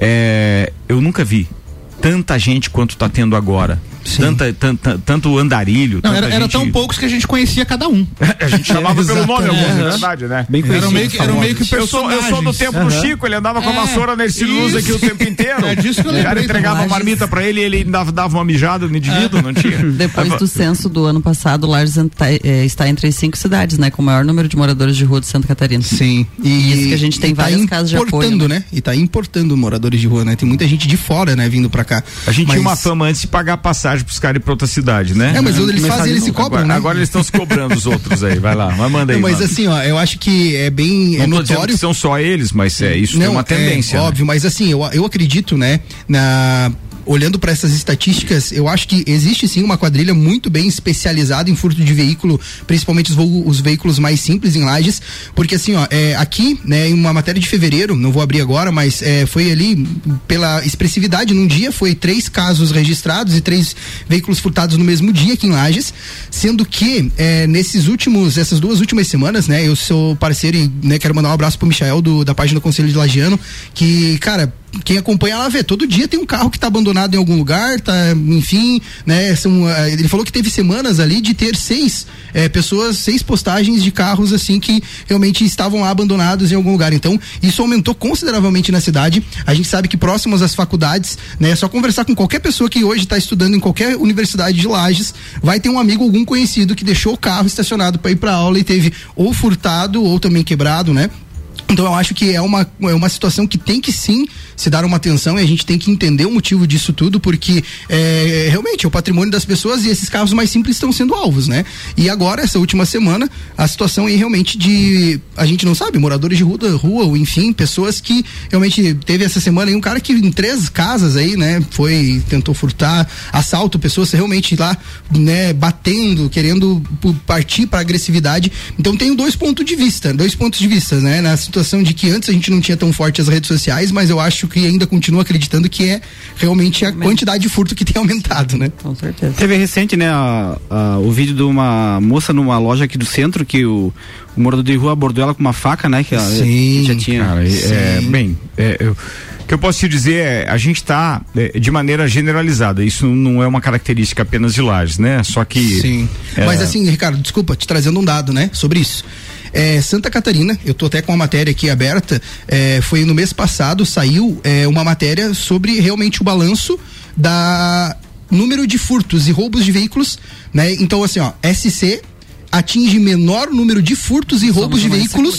É, eu nunca vi tanta gente quanto está tendo agora. Tanta, tanta, tanto andarilho. Não, era, gente... era tão poucos que a gente conhecia cada um. A gente chamava é, pelo nome, alguns, é verdade, né? Bem era meio que, era meio que eu sou, eu sou do tempo uhum. do Chico, ele andava com a vassoura na Erciluz aqui o tempo inteiro. É disso que eu o cara entregava a marmita pra ele e ele dava, dava uma mijada no indivíduo, é. não tinha? Depois do censo do ano passado, Lages está entre as cinco cidades, né? Com o maior número de moradores de rua de Santa Catarina. Sim. E isso que a gente tem várias tá casas de apoio. Né? né? E tá importando moradores de rua, né? Tem muita gente de fora, né? Vindo pra cá. A gente mas... tinha uma fama antes de pagar passagem pros caras ir pra outra cidade, né? É, mas quando eles fazem, eles se cobram, agora, né? Agora eles estão se cobrando os outros aí, vai lá, vai manda aí. Não, mas mano. assim, ó, eu acho que é bem não é notório. Que são só eles, mas é, isso não, tem uma tendência. É, né? Óbvio, mas assim, eu, eu acredito, né, na... olhando para essas estatísticas, eu acho que existe sim uma quadrilha muito bem especializada em furto de veículo, principalmente os, vo- os veículos mais simples em Lages, porque assim, ó, é, aqui, né, em uma matéria de fevereiro, não vou abrir agora, mas é, foi ali pela expressividade, num dia foi três casos registrados e três veículos furtados no mesmo dia aqui em Lages, sendo que é, nesses últimos, essas duas últimas semanas, né, eu sou parceiro e, né, quero mandar um abraço pro Michael do, da página do Conselho de Lagiano, que, cara, quem acompanha lá vê, todo dia tem um carro que tá abandonado em algum lugar, tá, enfim, né, são, uh, ele falou que teve semanas ali de ter seis eh, pessoas, seis postagens de carros assim que realmente estavam lá abandonados em algum lugar, então isso aumentou consideravelmente na cidade. A gente sabe que próximos às faculdades, né, é só conversar com qualquer pessoa que hoje está estudando em qualquer universidade de Lages, vai ter um amigo, algum conhecido que deixou o carro estacionado para ir para aula e teve ou furtado ou também quebrado, né? Então eu acho que é uma, é uma situação que tem que sim se dar uma atenção e a gente tem que entender o motivo disso tudo, porque é, realmente é o patrimônio das pessoas e esses carros mais simples estão sendo alvos, né? E agora, essa última semana, a situação aí realmente de, a gente não sabe, moradores de rua, rua ou enfim, pessoas que realmente teve essa semana aí um cara que em três casas aí, né, foi, tentou furtar, assalto, pessoas realmente lá, né, batendo, querendo partir para agressividade. Então tem dois pontos de vista, dois pontos de vista, né? Na situação de que antes a gente não tinha tão forte as redes sociais, mas eu acho que ainda continuo acreditando que é realmente a quantidade de furto que tem aumentado, né? Com certeza. Teve recente, né, a, a, o vídeo de uma moça numa loja aqui do centro que o, o morador de rua abordou ela com uma faca, né? Que ela sim, já tinha. Cara, é, bem, é, eu, o que eu posso te dizer é, a gente está é, de maneira generalizada, isso não é uma característica apenas de Lages, né? Só que... Sim, é... mas assim, Ricardo, desculpa, te trazendo um dado, né, sobre isso. É, Santa Catarina, eu tô até com a matéria aqui aberta, é, foi no mês passado, saiu é, uma matéria sobre realmente o balanço da número de furtos e roubos de veículos, né? Então assim, ó, S C atinge menor número de furtos e roubos de veículos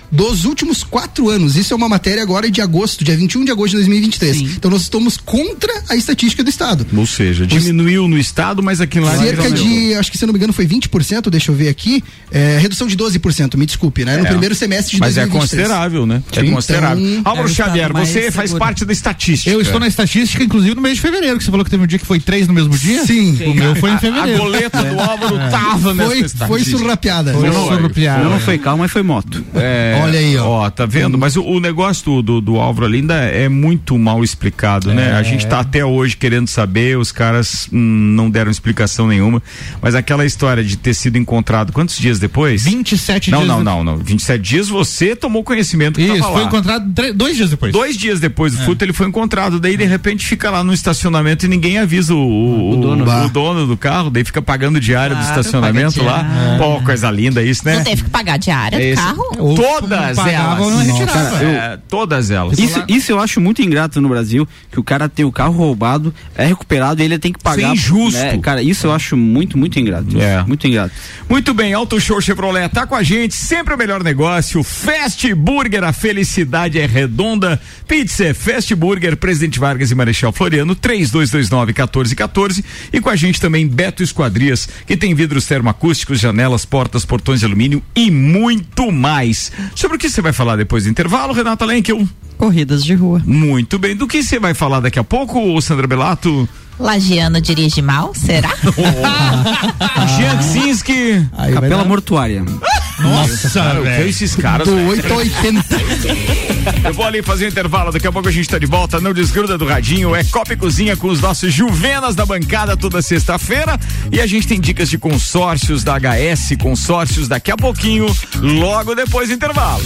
dos últimos quatro anos. Isso é uma matéria agora de agosto, dia vinte e um de agosto de dois mil e vinte e três. Sim. Então nós estamos contra a estatística do estado. Ou seja, diminuiu no estado, mas aqui lá... Cerca de, acho que se eu não me engano foi vinte por cento, deixa eu ver aqui, é, redução de doze por cento, me desculpe, né? No é. primeiro semestre de mas dois mil e vinte e três. Mas é considerável, né? Sim. É considerável. Então, Álvaro Xavier, você faz seguro. parte da estatística. Eu estou na estatística, inclusive no mês de fevereiro, que você falou que teve um dia que foi três no mesmo dia. Sim. O meu foi em fevereiro. A boleta do Álvaro é. tava nessa foi, estatística. Foi surrapiada. Foi não, surrapiada. Não foi carro, mas foi moto. É, olha aí, ó. Ó, tá vendo? Mas o, o negócio do, do, do Álvaro ali ainda é muito mal explicado, é. né? A gente tá até hoje querendo saber, os caras hum, não deram explicação nenhuma, mas aquela história de ter sido encontrado quantos dias depois? vinte e sete não, dias. Não, não, não, não. vinte e sete dias você tomou conhecimento que Isso, tava lá. foi encontrado três, dois dias depois. Dois dias depois do é. furto ele foi encontrado, daí de repente fica lá no estacionamento e ninguém avisa o, o, o, dono. o, o dono do carro, daí fica pagando diária ah, do estacionamento lá. É. Pô, coisa linda isso, né? Não teve que pagar diária é do carro? Todas elas. Não retirava. É, todas elas. Isso, isso eu acho muito ingrato no Brasil, que o cara tem o carro roubado, é recuperado e ele tem que pagar. Isso é injusto. Né? Cara, isso eu acho muito, muito ingrato. É. Muito ingrato. Muito bem, Auto Show Chevrolet tá com a gente, sempre o melhor negócio. Fast Burger, a felicidade é redonda. Pizza Fast Burger, Presidente Vargas e Marechal Floriano, três dois dois nove, um quatro um quatro. E com a gente também Beto Esquadrias, que tem vidros termoacústicos, janelas, portas, portões de alumínio e muito mais. Sobre o que você vai falar depois do intervalo, Renata Lenkel? Corridas de rua. Muito bem. Do que você vai falar daqui a pouco, Sandra Belato? Lagiano dirige mal, será? Jean Ksinski. Capela Mortuária. Nossa, cara, que é esses caras? Do oito a oitenta. Eu vou ali fazer um intervalo, daqui a pouco a gente tá de volta, não desgruda do radinho, é Copa e Cozinha com os nossos Juvenas da bancada toda sexta-feira e a gente tem dicas de consórcios da H S, consórcios daqui a pouquinho, logo depois do intervalo.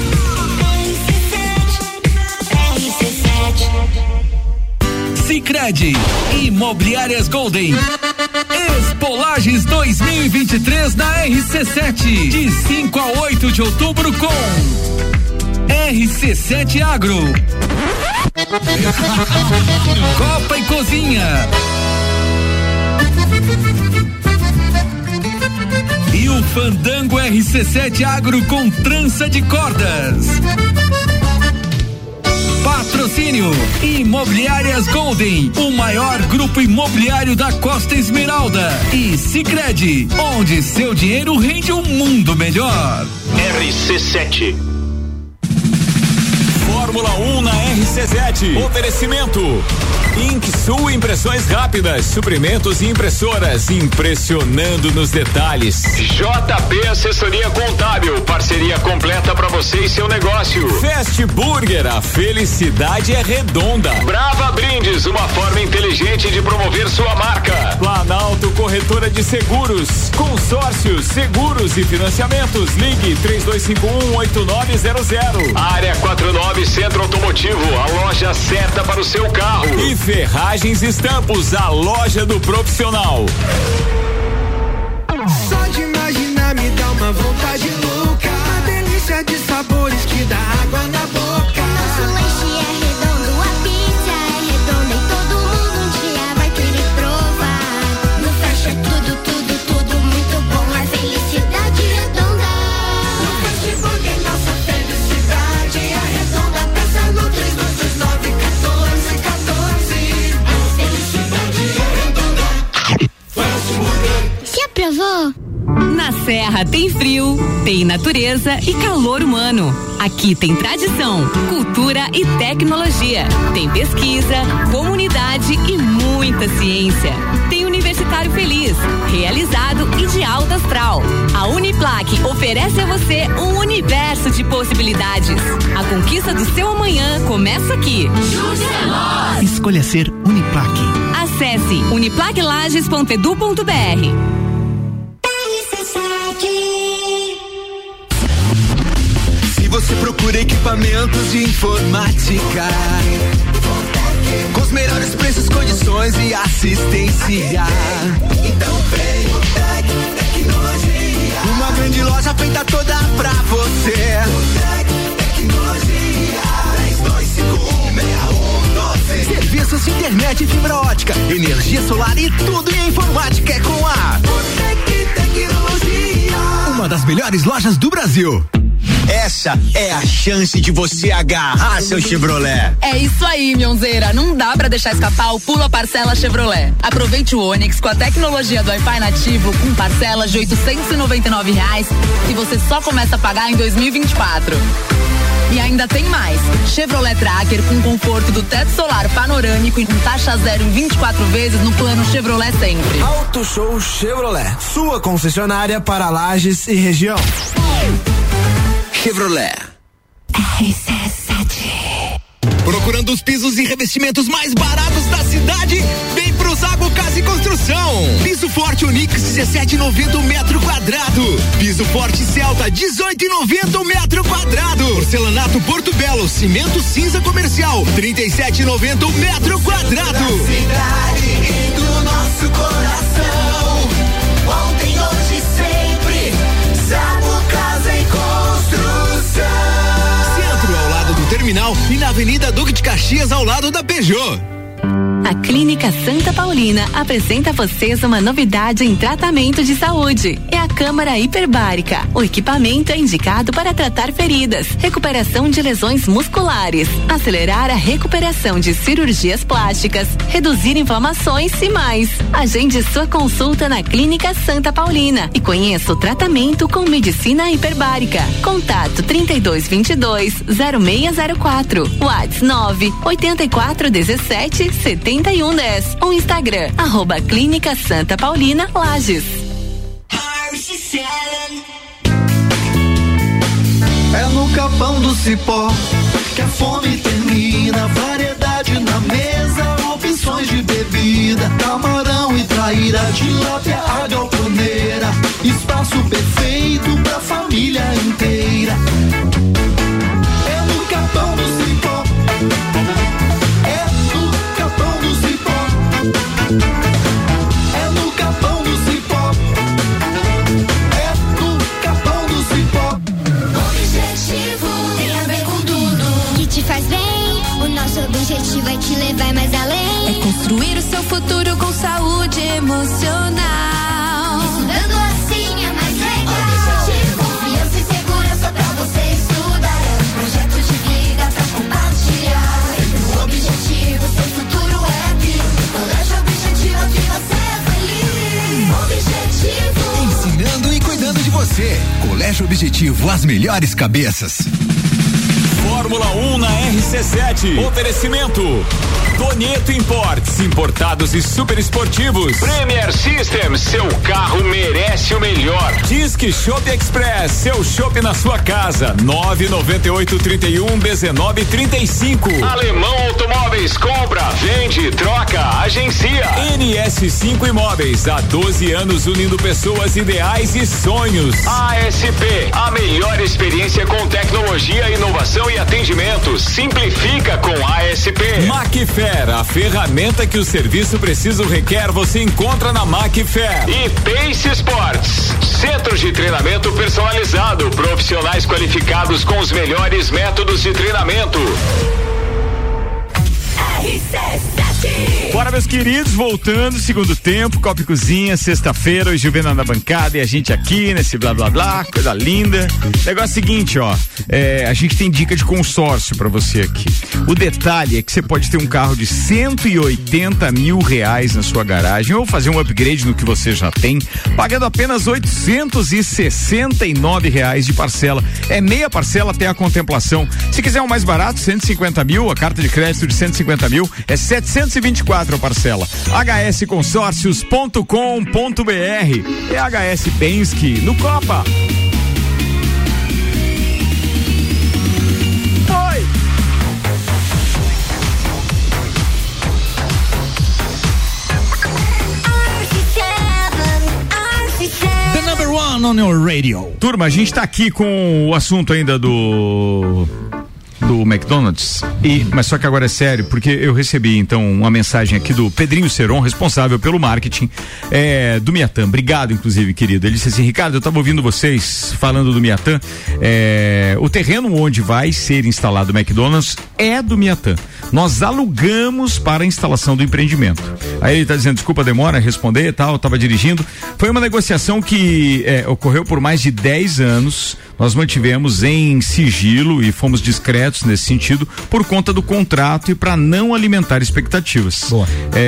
Sicredi, Imobiliárias Golden. Expolagens dois mil e vinte e três na R C sete, de cinco a oito de outubro com R C sete Agro. Copa e Cozinha. E o Fandango R C sete Agro com trança de cordas. Patrocínio Imobiliárias Golden, o maior grupo imobiliário da Costa Esmeralda, e Sicredi, onde seu dinheiro rende um mundo melhor. R C sete. Fórmula um na R C sete. Oferecimento InkSul Impressões Rápidas, suprimentos e impressoras, impressionando nos detalhes. J P Assessoria Contábil, parceria completa para você e seu negócio. Fast Burger, a felicidade é redonda. Brava Brindes, uma forma inteligente de promover sua marca. Planalto Corretora de Seguros, consórcios, seguros e financiamentos. Ligue três dois cinco um, oito nove zero zero. Área quarenta e nove Centro Automotivo, a loja certa para o seu carro. E Ferragens Estampos, a loja do profissional. Só de imaginar me dá uma vontade louca. Uma delícia de sabores que dá água na boca. Nosso lanche é redondo, a pizza é redonda e todo mundo um dia vai querer provar. No Fast é tudo, tudo, tudo muito bom. A felicidade redonda. No Fast Burger nossa felicidade é redonda. Peça no três dois dois nove, um quatro um quatro. A felicidade é redonda. Fast Burger. Se aprovou? Na Serra tem frio, tem natureza e calor humano. Aqui tem tradição, cultura e tecnologia. Tem pesquisa, comunidade e muita ciência. Tem Universitário Feliz, realizado e de alta astral. A Uniplac oferece a você um universo de possibilidades. A conquista do seu amanhã começa aqui. Escolha ser Uniplac. Acesse uniplaclages ponto edu ponto br. Se você procura equipamentos de informática com os melhores preços, condições e assistência, então vem o Tec Tecnologia. Uma grande loja feita toda pra você. O Tec Tecnologia. três dois cinco um, seis um um doze. Serviços de internet e fibra ótica, energia solar e tudo em informática é com a O Tec Tecnologia. Uma das melhores lojas do Brasil. Essa é a chance de você agarrar seu Chevrolet. É isso aí, Mionzeira. Não dá pra deixar escapar o Pula Parcela Chevrolet. Aproveite o Onix com a tecnologia do Wi-Fi nativo com parcelas de oitocentos e noventa e nove reais e você só começa a pagar em dois mil e vinte e quatro. E ainda tem mais. Chevrolet Tracker com conforto do teto solar panorâmico e com taxa zero em vinte e quatro vezes no plano Chevrolet Sempre. Auto Show Chevrolet, sua concessionária para Lages e região. Chevrolet. R C sete. Procurando os pisos e revestimentos mais baratos da cidade? Vem pro Zago Casa e Construção. Piso Forte Onix dezessete e noventa o metro quadrado. Piso Forte Celta dezoito e noventa o metro quadrado. Porcelanato Porto Belo cimento cinza comercial trinta e sete e noventa o metro quadrado. Da cidade e do nosso coração. Ontem, hoje, sempre. Zago Casa e Construção. Terminal e na Avenida Duque de Caxias ao lado da Peugeot. A Clínica Santa Paulina apresenta a vocês uma novidade em tratamento de saúde. É a câmara hiperbárica. O equipamento é indicado para tratar feridas, recuperação de lesões musculares, acelerar a recuperação de cirurgias plásticas, reduzir inflamações e mais. Agende sua consulta na Clínica Santa Paulina e conheça o tratamento com medicina hiperbárica. Contato trinta e dois, vinte e dois, zero seis zero quatro. WhatsApp nove oito quatro um sete, setenta e um dez. O Instagram, arroba Clínica Santa Paulina Lages. É no Capão do Cipó que a fome termina. Variedade na mesa, opções de bebida. Camarão e traíra, tilápia, a galponeira. Espaço perfeito pra família inteira. É no Capão do Cipó. É no Capão do Cipó. É no Capão do Cipó. É no Capão do Cipó. Objetivo tem a ver com tudo que te faz bem. O nosso objetivo é te levar mais além. É construir o seu futuro com saúde emocional. Estudando assim é mais legal. Objetivo, confiança e segurança pra você estudar. É um projeto de vida pra compartilhar. O objetivo, seu futuro é aqui. Colégio Objetivo, aqui você é feliz. Objetivo. Ensinando e cuidando de você. Colégio Objetivo, as melhores cabeças. Fórmula um na R C sete. Oferecimento Donieto Imports, importados e super esportivos. Premier Systems, seu carro merece o melhor. Disque Shop Express, seu shopping na sua casa. nove nove oito, trinta e um, dezenove, trinta e cinco. Alemão Automóveis, compra, vende, troca, agencia. N S cinco Imóveis, há doze anos unindo pessoas, ideais e sonhos. A S P, a melhor experiência com tecnologia, inovação e atendimento. Simplifica com A S P. Macfair, a ferramenta que o serviço preciso requer, você encontra na Macfair. E Pace Sports, centro de treinamento personalizado, profissionais qualificados com os melhores métodos de treinamento. R C sete. Bora, meus queridos, voltando, segundo tempo, Copa e Cozinha, sexta-feira, hoje o Vena na bancada e a gente aqui nesse blá blá blá, coisa linda. Negócio seguinte, ó, é, a gente tem dica de consórcio pra você aqui. O detalhe é que você pode ter um carro de cento e oitenta mil reais na sua garagem ou fazer um upgrade no que você já tem, pagando apenas oitocentos e sessenta e nove reais de parcela. É meia parcela até a contemplação. Se quiser um mais barato, cento e cinquenta mil, a carta de crédito de cento e cinquenta mil é setecentos e vinte e quatro a parcela. h s consórcios ponto com ponto b r. É H S Penske no Copa. Oi. The number one on your radio. Turma, a gente tá aqui com o assunto ainda do do McDonald's, e, mas só que agora é sério, porque eu recebi então uma mensagem aqui do Pedrinho Seron, responsável pelo marketing é, do Miatan. Obrigado, inclusive, querido. Ele disse assim: Ricardo, eu estava ouvindo vocês falando do Miatan, é, o terreno onde vai ser instalado o McDonald's é do Miatan. nós alugamos para a instalação do empreendimento. Aí ele está dizendo, desculpa a demora, responder e tal, estava dirigindo. Foi uma negociação que é, ocorreu por mais de dez anos. Nós mantivemos em sigilo e fomos discretos nesse sentido por conta do contrato e para não alimentar expectativas. Boa.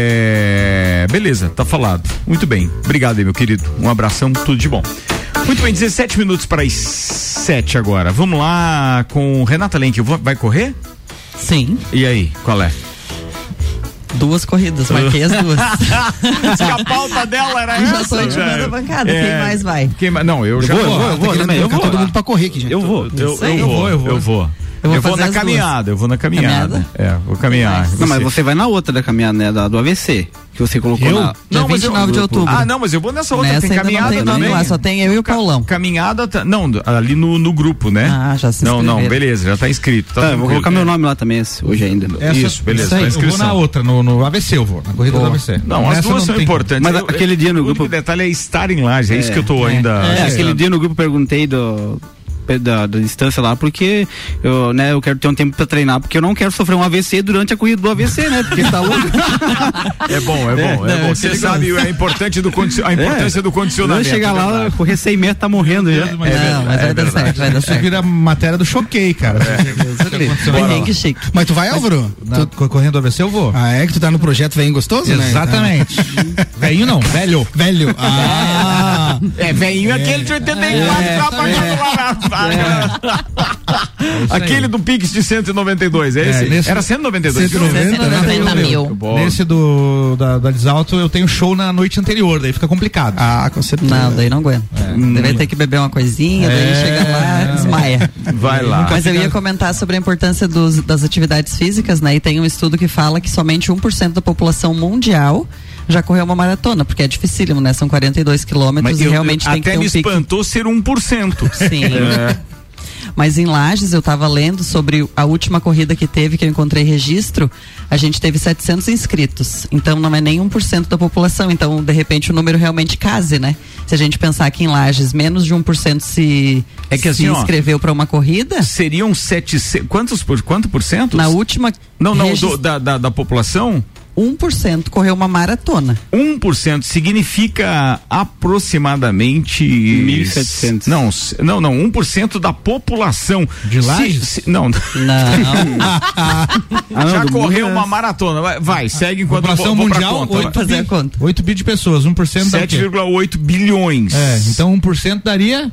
É, beleza, tá falado. Muito bem. Obrigado aí, meu querido. Um abração, tudo de bom. Muito bem, dezessete minutos para as sete agora. Vamos lá com Renata Lenk. Vai correr? Sim. E aí, qual é? Duas corridas, marquei as duas. A pauta dela era já essa. Já tô intimando a bancada, é, quem mais vai? Quem mais? Não, eu, eu já vou. vou, Eu vou, eu vou, eu vou todo mundo pra correr aqui, gente. Eu vou, eu, eu, eu vou, eu vou, eu vou. Eu vou, eu vou na caminhada, duas. eu vou na caminhada. caminhada. É, vou caminhar. Não, mas você vai na outra da caminhada, né? Da, do A V C. Que você colocou eu? na. Não, vinte e nove de outubro. Ah, não, mas eu vou nessa outra, nessa tem caminhada não tem também. Lá, só tem eu e o Paulão. Caminhada, tá, não, ali no, no grupo, né? Ah, já se Não, não, beleza, já tá inscrito. Tá tá, vou colocar meu nome lá também hoje ainda. Essa, isso, beleza. Isso aí, eu vou na outra, no, no A V C eu vou, na corrida Boa. do A V C. Não, as Nessa duas não são tem... importantes. Mas eu, aquele dia no grupo. O detalhe é estar em laje, é, é isso que eu tô é, ainda. É, aquele dia no grupo eu perguntei do. Da, da distância lá, porque eu, né, eu quero ter um tempo pra treinar, porque eu não quero sofrer um A V C durante a corrida do A V C, né? Porque tá louco. É bom, é bom, é, é bom. Você sabe é importante do condi- a importância é. do condicionamento. Quando chegar lá, correr cem metros tá morrendo já. É, não, mas vai dar certo, vai dar certo. Isso vira matéria do Choquei, cara. É. Que chique. Mas tu vai, Álvaro? Na, tu... Correndo do A V C eu vou. Ah, é que tu tá no projeto Velhinho Gostoso, né? Exatamente. Velhinho não, velho. Velho. Ah. É, velhinho é aquele de oitenta e quatro é, tá apagando lá. É. Aquele do Pix de cento e noventa e dois, é, é esse? Nesse, Era cento e noventa e dois. cento e noventa mil. Nesse do, da, da Desalto eu tenho show na noite anterior, daí fica complicado. Ah, com certeza. Não, daí não aguento. É. Deve ter que beber uma coisinha, daí é. chega lá, desmaia. Vai lá. Mas eu ia comentar sobre a importância dos, das atividades físicas, né? E tem um estudo que fala que somente um por cento da população mundial já correu uma maratona, porque é dificílimo, né? São quarenta e dois quilômetros e realmente eu, tem que ter um pique. Até me espantou ser um por cento. Sim. É. Mas em Lages, eu estava lendo sobre a última corrida que teve, que eu encontrei registro, a gente teve setecentos inscritos. Então não é nem um por cento da população. Então, de repente, o número realmente case, né? Se a gente pensar que em Lages, menos de um por cento se, é que, se assim, inscreveu para uma corrida. Seriam setecentos. Quantos por, quanto por cento? Na última. Não, não, regist... do, da, da, da população? um por cento correu uma maratona. um por cento significa aproximadamente mil e setecentos. Não, não, não, um por cento da população. De Lages? Se, se, não. Não. Já correu uma maratona. Vai, vai segue enquanto população eu vou, vou mundial, conta, oito bi, oito bi de pessoas, um por cento sete vírgula oito bilhões. É, então um por cento daria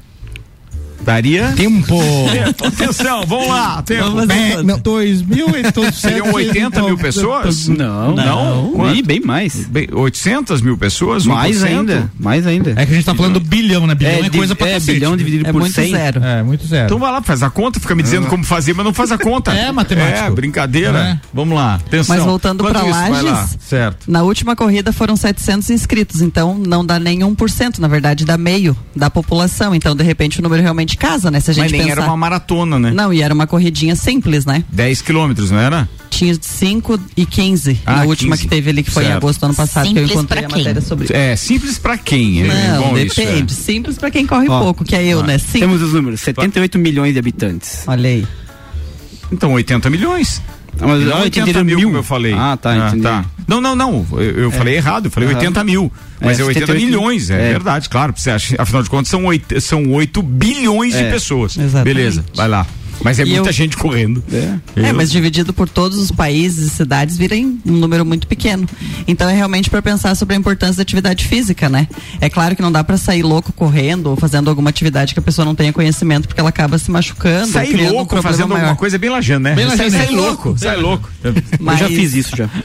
Daria? Tempo. Atenção, vamos lá. Tempo. Vamos dois mil e todos seriam oitenta mil pessoas? Não, não. não. Bem, bem mais. Bem, oitocentas mil pessoas? Mais ainda. Mais ainda. É que a gente tá falando do bilhão, né? Bilhão é, é coisa pra É, cacete. bilhão dividido é por muito cem. Zero. É, muito zero. Então vai lá, faz a conta, fica me dizendo ah. como fazer, mas não faz a conta. É matemática. É, brincadeira. É. Vamos lá, atenção. Mas voltando pra Lages, certo. Na última corrida foram setecentos inscritos, então não dá nem um por cento, na verdade dá meio da população, então de repente o número realmente casa, né? Se a gente mas nem pensar... era uma maratona, né? Não, e era uma corridinha simples, né? dez quilômetros, não era? Tinha cinco e quinze, ah, na última quinze. Que teve ali, que foi certo. Em agosto do ano passado, simples que eu encontrei a matéria sobre isso. É, simples pra quem? É não, bom depende. Isso, é. Simples pra quem corre Ó, pouco, que é eu, né? Simples. Temos os números, setenta e oito milhões de habitantes. Olha aí. Então, oitenta milhões. Mas não, oitenta mil, como eu falei. Ah, tá, ah, entendi. Tá. Não, não, não. Eu, eu é. falei errado. Eu falei uhum. oitenta mil. Mas é, é oitenta milhões, é, é verdade, claro. Você acha, afinal de contas, são oito, são oito bilhões é. de pessoas. Exatamente. Beleza, vai lá. Mas é e muita eu... gente correndo. É. é, mas dividido por todos os países e cidades vira em um número muito pequeno. Então é realmente para pensar sobre a importância da atividade física, né? É claro que não dá para sair louco correndo ou fazendo alguma atividade que a pessoa não tenha conhecimento, porque ela acaba se machucando. Sair louco um fazendo maior. Alguma coisa é bem lajando, né? Bem lajando, sai, sai louco, sai louco. Mas... Eu já fiz isso já.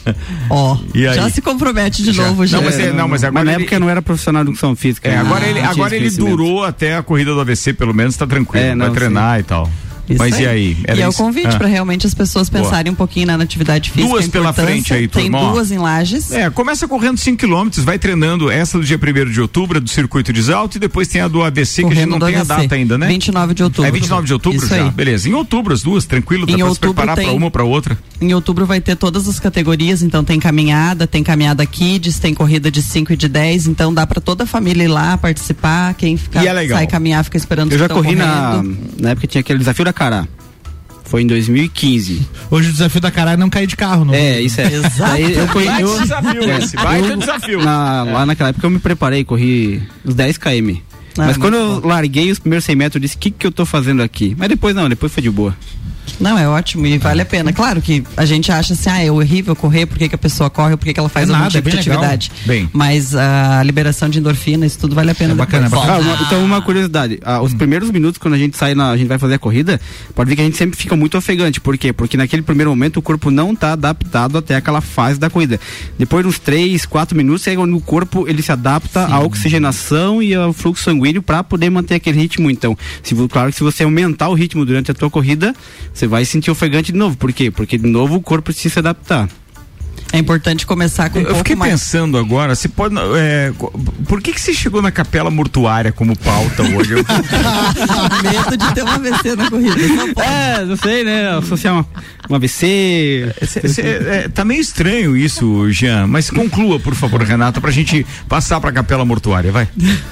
Ó, já se compromete de já. novo já. Não, mas, é, não, mas agora mas na ele... época eu não era profissional de educação física. É, agora ele, agora ele durou até a corrida do A V C, pelo menos tá tranquilo, é, não, vai treinar sim. e tal. Isso mas aí. E aí? Era e é o convite ah. para realmente as pessoas pensarem Boa. Um pouquinho na atividade física. Duas pela frente aí, Tem turma. duas em Lages. É, começa correndo cinco quilômetros, vai treinando essa do dia primeiro de outubro, do Circuito de Exalto, e depois tem a do A V C, correndo que a gente não tem A V C. A data ainda, né? vinte e nove de outubro. É vinte e nove de outubro Isso já, aí. Beleza. Em outubro as duas, tranquilo, dá em pra se preparar tem, pra uma ou pra outra. Em outubro vai ter todas as categorias, então tem caminhada, tem caminhada kids, tem corrida de cinco e de dez, então dá pra toda a família ir lá participar, quem ficar, e é legal. sai caminhar, fica esperando. Eu já corri na, na época tinha aquele desafio da Cará. Foi em dois mil e quinze. Hoje o desafio da caralho é não cair de carro, não? É, isso é. Exato. Eu corri, Baita eu, desafio é, esse, baita eu, desafio. Na, lá naquela época eu me preparei, corri uns dez quilômetros. Ah, Mas quando eu bom. larguei os primeiros cem metros, eu disse, o que que eu tô fazendo aqui? Mas depois não, depois foi de boa. Não, é ótimo e vale a pena. Claro que a gente acha assim, ah, é horrível correr, por que que a pessoa corre, por que que ela faz É algum nada, tipo é de bem legal. atividade. Bem. Mas a liberação de endorfina, isso tudo vale a pena. É bacana, depois. é bacana. Ah, uma- então uma curiosidade, ah, os primeiros minutos quando a gente sai, na, a gente vai fazer a corrida, pode ver que a gente sempre fica muito ofegante. Por quê? Porque naquele primeiro momento o corpo não está adaptado até aquela fase da corrida. Depois de uns três, quatro minutos, é quando o corpo ele se adapta à oxigenação e ao fluxo sanguíneo para poder manter aquele ritmo. Então, se, vo- claro que se você aumentar o ritmo durante a tua corrida, você vai sentir ofegante de novo. Por quê? Porque de novo o corpo precisa se adaptar. É importante começar com um Eu pouco fiquei mais. pensando agora, você pode. É, por que que você chegou na capela mortuária como pauta hoje? Eu- Medo de ter um A V C na corrida. Não pode. É, não sei, né? Associar uma, um A V C. Cê- cê- é, tá meio estranho isso, Jean, mas conclua, por favor, Renata, pra gente passar pra capela mortuária, vai.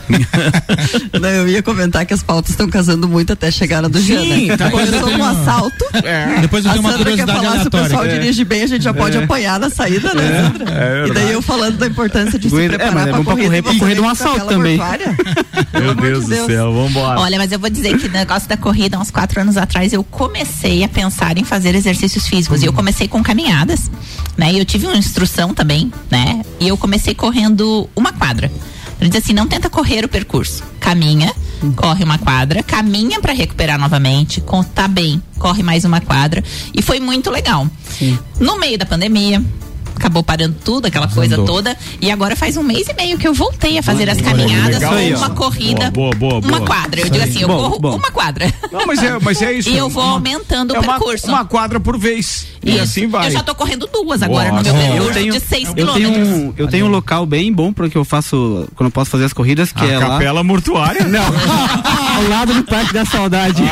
Não, eu ia comentar que as pautas estão casando muito até chegar na do Jean, né? tá. Começou um assalto. Depois eu A tenho uma Sandra quer curiosidade falar se o pessoal aleatória. dirige bem, a gente já pode apanhar na saída, né, Sandra? é e daí eu falando da importância de se Corrida- é, preparar mas é pra bom pra corrida. correr- e pra você correr de um indo assalto capela também. mortuária. Meu amor Deus de do Deus. céu, vambora. Olha, mas eu vou dizer que o negócio da corrida, uns quatro anos atrás, eu comecei a pensar em fazer exercícios físicos. E eu comecei com caminhadas, né? E eu tive uma instrução também, né? E eu comecei correndo uma quadra. Ele diz assim, não tenta correr o percurso. Caminha, corre uma quadra, caminha pra recuperar novamente, com- tá bem, corre mais uma quadra. E foi muito legal. No meio da pandemia, acabou parando tudo, aquela coisa Andou. toda. E agora faz um mês e meio que eu voltei a fazer as Olha, caminhadas legal. com Aí, ó. uma corrida, Boa, boa, boa, uma boa. quadra. Eu Isso digo aí. assim, eu Bom, corro bom. uma quadra. Não, mas é, mas é isso. E eu vou Uma- aumentando é o uma, percurso. uma quadra por vez. E Isso. assim vai. Eu já tô correndo duas agora no meu Nossa. percurso Eu tenho, de seis eu tenho, quilômetros. um, eu tenho um local bem bom porque eu faço, quando eu posso fazer as corridas, que A é lá. capela mortuária? Não, ao lado do Parque da Saudade.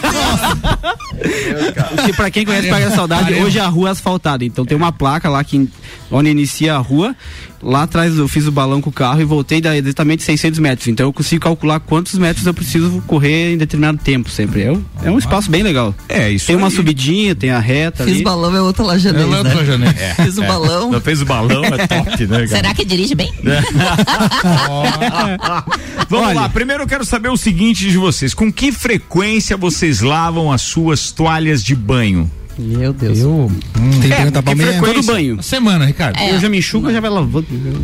Que pra quem conhece o Parque da Saudade, hoje a rua é asfaltada, então tem uma placa lá que, onde inicia a rua. Lá atrás eu fiz o balão com o carro e voltei da exatamente seiscentos metros. Então eu consigo calcular quantos metros eu preciso correr em determinado tempo sempre. É um, é um espaço bem legal. É, isso Tem uma aí. subidinha, tem a reta Fiz ali. balão é outra lajanês, É outra né? lajanês. Fiz o balão. Não fez o balão, é top, né, cara? Será que dirige bem? Vamos Olha. lá, primeiro eu quero saber o seguinte de vocês: com que frequência vocês lavam as suas toalhas de banho? Meu Deus. Eu. Hum, Tem que É, perguntar pra que amanhã. frequência? Todo banho. semana, Ricardo. É. Eu já me enxugo, já vai lavando.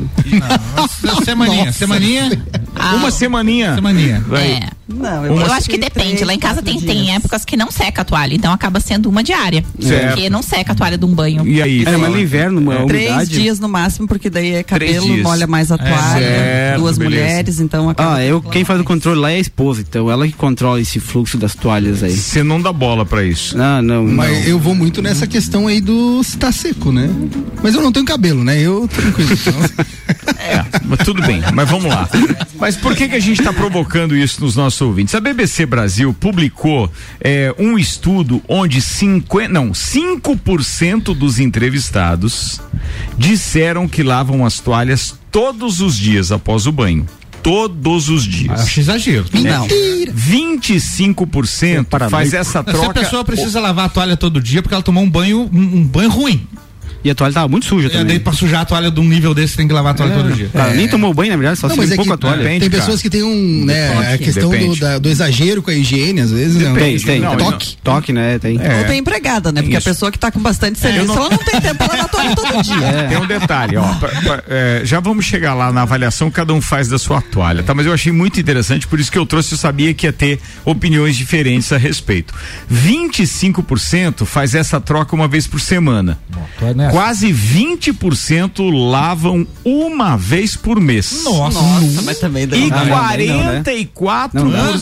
Não, semaninha. Semaninha. Uma semaninha. Semaninha. Vai. É. Não, Eu, acho acho que depende. três, Lá em casa quatro tem, tem dias. épocas que não seca a toalha, então acaba sendo uma diária. Certo. Porque não seca a toalha de um banho. E aí? É, mas no inverno, a Três umidade. dias no máximo, porque daí é cabelo, dias. molha mais a toalha, certo, duas beleza. mulheres, então acaba. Ah, eu, quem faz o controle lá é a esposa, então ela que controla esse fluxo das toalhas aí. Você não dá bola pra isso. Não, não. Mas não. eu vou muito nessa questão aí do se tá seco, né? Mas eu não tenho cabelo, né? Eu tranquilo. Então. É, mas tudo bem, mas vamos lá. Mas por que que a gente está provocando isso nos nossos ouvintes? A B B C Brasil publicou é, um estudo onde cinquenta, não, cinco por cento dos entrevistados disseram que lavam as toalhas todos os dias após o banho. Todos os dias. Acho exagero. Não. vinte e cinco por cento faz essa Se a troca. pessoa precisa lavar a toalha todo dia porque ela tomou um banho, um, um banho ruim. E a toalha tava muito suja E também. daí pra sujar a toalha de um nível desse tem que lavar a toalha todo dia. Ela nem tomou banho, na verdade, só Não, se mas é limpou que com a toalha. Depende, tem cara. pessoas que têm um, né, a Depende. questão do, Depende. da- do exagero com a higiene, às vezes, né? Tem, tem. Não, Toque. Toque, né? Tem. É. Ou tem empregada, né? Porque Isso. a pessoa que tá com bastante serviço, ela não tem tempo pra lavar a toalha todo dia. Tem um detalhe, ó. pra- pra- é, já vamos chegar lá na avaliação que cada um faz da sua toalha, tá? Mas eu achei muito interessante, por isso que eu trouxe, eu sabia que ia ter opiniões diferentes a respeito. vinte e cinco por cento faz essa troca uma vez por semana. Quase vinte por cento lavam uma vez por mês. Nossa, Nossa, mas também dá E Não, não, quarenta e quatro Não dá. por-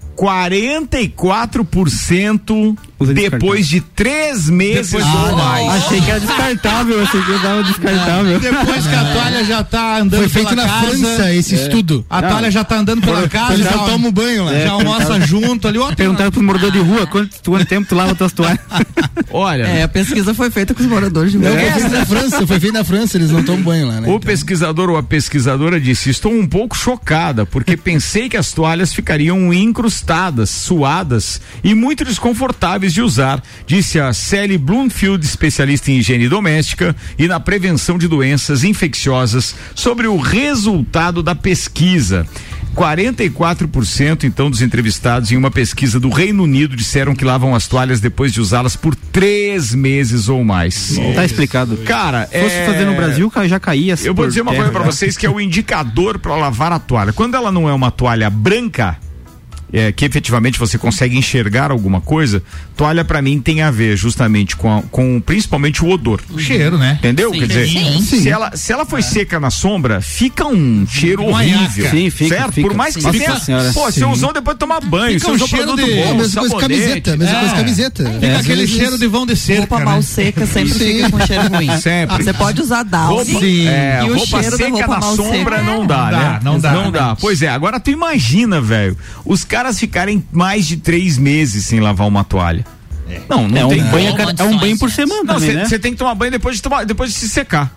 quarenta e quatro por cento Usa depois de três meses Depois- ou Ah, mais. Achei que era descartável, achei que dava descartável. Depois que a toalha já tá andando Foi feito pela na casa, França esse estudo. a toalha já tá andando pela casa, Eles já, já tomam banho lá. já almoça junto ali. Ó, Perguntaram pros moradores de rua quanto, quanto tempo tu lava tuas toalhas. Olha, É, a pesquisa foi feita com os moradores de Não, rua. foi feito na França, foi feito na França, eles não tomam banho lá, né? o pesquisador ou a pesquisadora disse: estou um pouco chocada, porque pensei que as toalhas ficariam incrustadas, suadas e muito desconfortáveis melhores de usar, disse a Sally Bloomfield, especialista em higiene doméstica e na prevenção de doenças infecciosas, sobre o resultado da pesquisa. quarenta e quatro por cento então dos entrevistados em uma pesquisa do Reino Unido disseram que lavam as toalhas depois de usá-las por três meses ou mais. Nossa. Tá explicado. Cara, se fosse é... fazer no Brasil, já caía. Eu vou dizer uma terra, coisa pra vocês que é o indicador para lavar a toalha. Quando ela não é uma toalha branca, é, que efetivamente você consegue enxergar alguma coisa, toalha pra mim tem a ver justamente com, a, com principalmente o odor. O cheiro, né? Entendeu? Sim, Quer dizer, sim, sim. Se, ela, se ela foi é. seca na sombra, fica um cheiro uma horrível. Iaca. Sim, fica, certo? Fica. Por mais que Nossa você tenha, senhora. pô, Sim. você usou depois de tomar banho, fica você usou um cheiro produto de, bom, mesma coisa camiseta, mesma é. coisa camiseta. Fica é. aquele vezes... cheiro de vão de cerca, roupa né? mal seca sempre Sim. fica com cheiro ruim. Sempre. Você pode usar Downy roupa, é, e o roupa cheiro seca da roupa na mal sombra seca. não dá, não né? Dá, não dá. Não dá. Pois é, agora tu imagina, velho, os caras ficarem mais de três meses sem lavar uma toalha. É. Não, não é tem um banho, é um banho por semana. Você né? tem que tomar banho depois de, tomar, depois de se secar.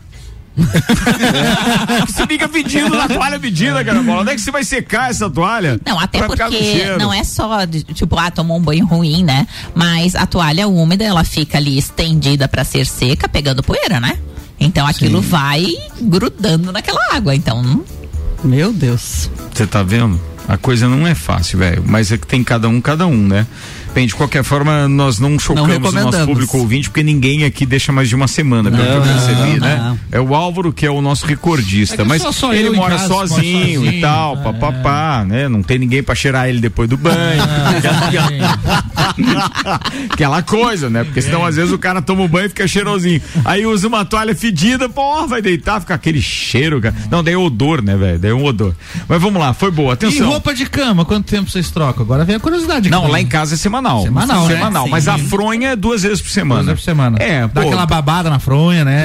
É. Você fica pedindo na toalha pedida, cara. Onde é que você vai secar essa toalha? Não, até porque não é só de, tipo, ah, tomou um banho ruim, né? Mas a toalha úmida, ela fica ali estendida pra ser seca, pegando poeira, né? Então aquilo Sim. vai grudando naquela água, então... Meu Deus. Você tá vendo? A coisa não é fácil, velho. Mas é que tem cada um, cada um, né? Bem, de qualquer forma, nós não chocamos não o nosso público ouvinte, porque ninguém aqui deixa mais de uma semana, pelo que eu percebi, não, né? Não. É o Álvaro que é o nosso recordista, é mas só, só ele mora casa, sozinho, sozinho e tal, é. papapá, né? Não tem ninguém pra cheirar ele depois do banho. Aquela coisa, né? Porque senão às vezes o cara toma o banho e fica cheirosinho. Aí usa uma toalha fedida, pô, vai deitar, fica aquele cheiro, cara. Não, daí é odor, né, velho? Daí é um odor. Mas vamos lá, foi boa, atenção. E roupa de cama, quanto tempo vocês trocam? Agora vem a curiosidade. Não, lá em casa é semanal. Semanal, semanal, né? Mas a fronha é duas vezes por semana. Duas vezes por semana. É, dá pô, aquela babada na fronha, né?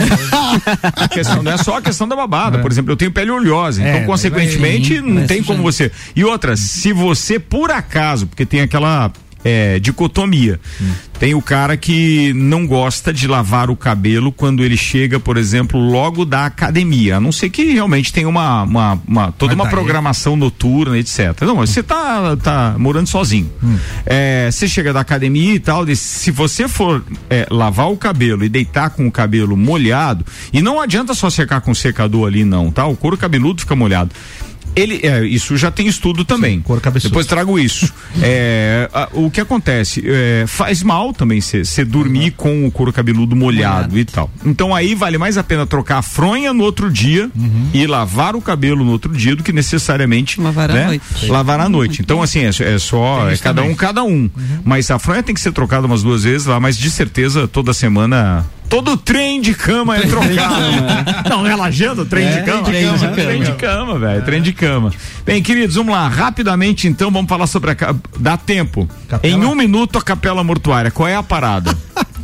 A questão não é só a questão da babada. É. Por exemplo, eu tenho pele oleosa, é, então consequentemente vai, não tem como você. E outra, se você por acaso, porque tem aquela É, dicotomia. Hum. Tem o cara que não gosta de lavar o cabelo quando ele chega, por exemplo, logo da academia, a não ser que realmente tenha uma, uma, uma toda Mas uma programação aí. noturna, etcétera. Não, você tá, tá morando sozinho. Hum. É, você chega da academia e tal, se você for é, lavar o cabelo e deitar com o cabelo molhado, e não adianta só secar com secador ali não, tá? O couro cabeludo fica molhado. Ele, é, isso já tem estudo também. Sim, depois trago isso. é, a, o que acontece? É, faz mal também você dormir uhum. com o couro cabeludo molhado, molhado e tal. Então aí vale mais a pena trocar a fronha no outro dia uhum. e lavar o cabelo no outro dia do que necessariamente lavar né? à noite. Lavar à noite. Então assim, é, é só é cada também. um, cada um. Uhum. Mas a fronha tem que ser trocada umas duas vezes lá, mas de certeza toda semana. Todo trem de cama é trocado. Não, relaxando, trem é, de cama. Trem de cama, trem de cama, velho. Trem de cama. Bem, queridos, vamos lá. Rapidamente, então, vamos falar sobre a. Dá tempo. Capela? Em um minuto, a capela mortuária. Qual é a parada?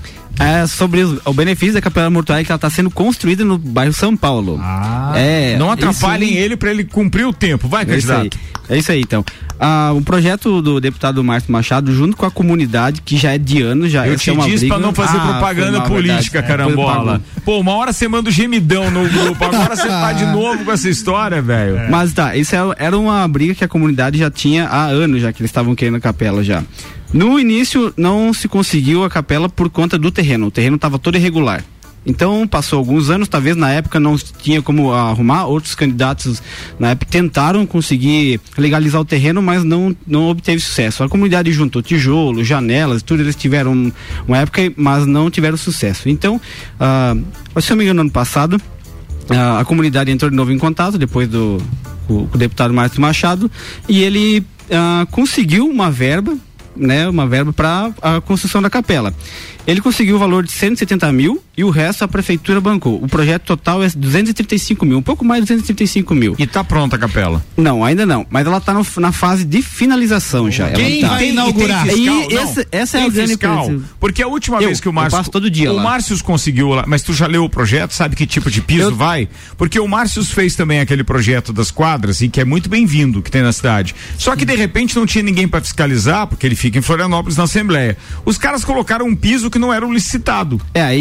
É sobre o, o benefício da capela mortuária, que ela está sendo construída no bairro São Paulo. Ah, é, não atrapalhem ele para ele cumprir o tempo. Vai, candidato. É isso aí, é isso aí então. Ah, o projeto do deputado Márcio Machado, junto com a comunidade, que já é de anos, já Eu te é uma disse briga... para não fazer ah, propaganda mal, política, é, carambola. Pô, uma hora você manda o gemidão no grupo, agora você tá de novo com essa história, velho. É. Mas tá, isso era uma briga que a comunidade já tinha há anos, já que eles estavam querendo a capela já. No início não se conseguiu a capela por conta do terreno, o terreno estava todo irregular. Então passou alguns anos, talvez na época não tinha como arrumar, outros candidatos na época tentaram conseguir legalizar o terreno, mas não, não obteve sucesso. A comunidade juntou tijolo, janelas, tudo, eles tiveram uma época, mas não tiveram sucesso. Então, ah, se eu me engano, no ano passado, ah, a comunidade entrou de novo em contato, depois do o, o deputado Márcio Machado, e ele ah, conseguiu uma verba, né, uma verba para a construção da capela. Ele conseguiu o valor de cento e setenta mil e o resto a prefeitura bancou. O projeto total é duzentos e trinta e cinco mil, um pouco mais de duzentos e trinta e cinco mil. E tá pronta a capela? Não, ainda não, mas ela tá no, na fase de finalização já. Quem ela tá. vai inaugurar? E, e esse, essa é a grande fiscal? Porque a última eu, vez que o Márcio... Eu passo todo dia O lá. Márcio conseguiu lá, mas tu já leu o projeto, sabe que tipo de piso eu, vai? Porque o Márcio fez também aquele projeto das quadras, e que é muito bem-vindo, que tem na cidade. Só que de repente não tinha ninguém para fiscalizar, porque ele fica em Florianópolis na Assembleia. Os caras colocaram um piso que não era um licitado. É, é isso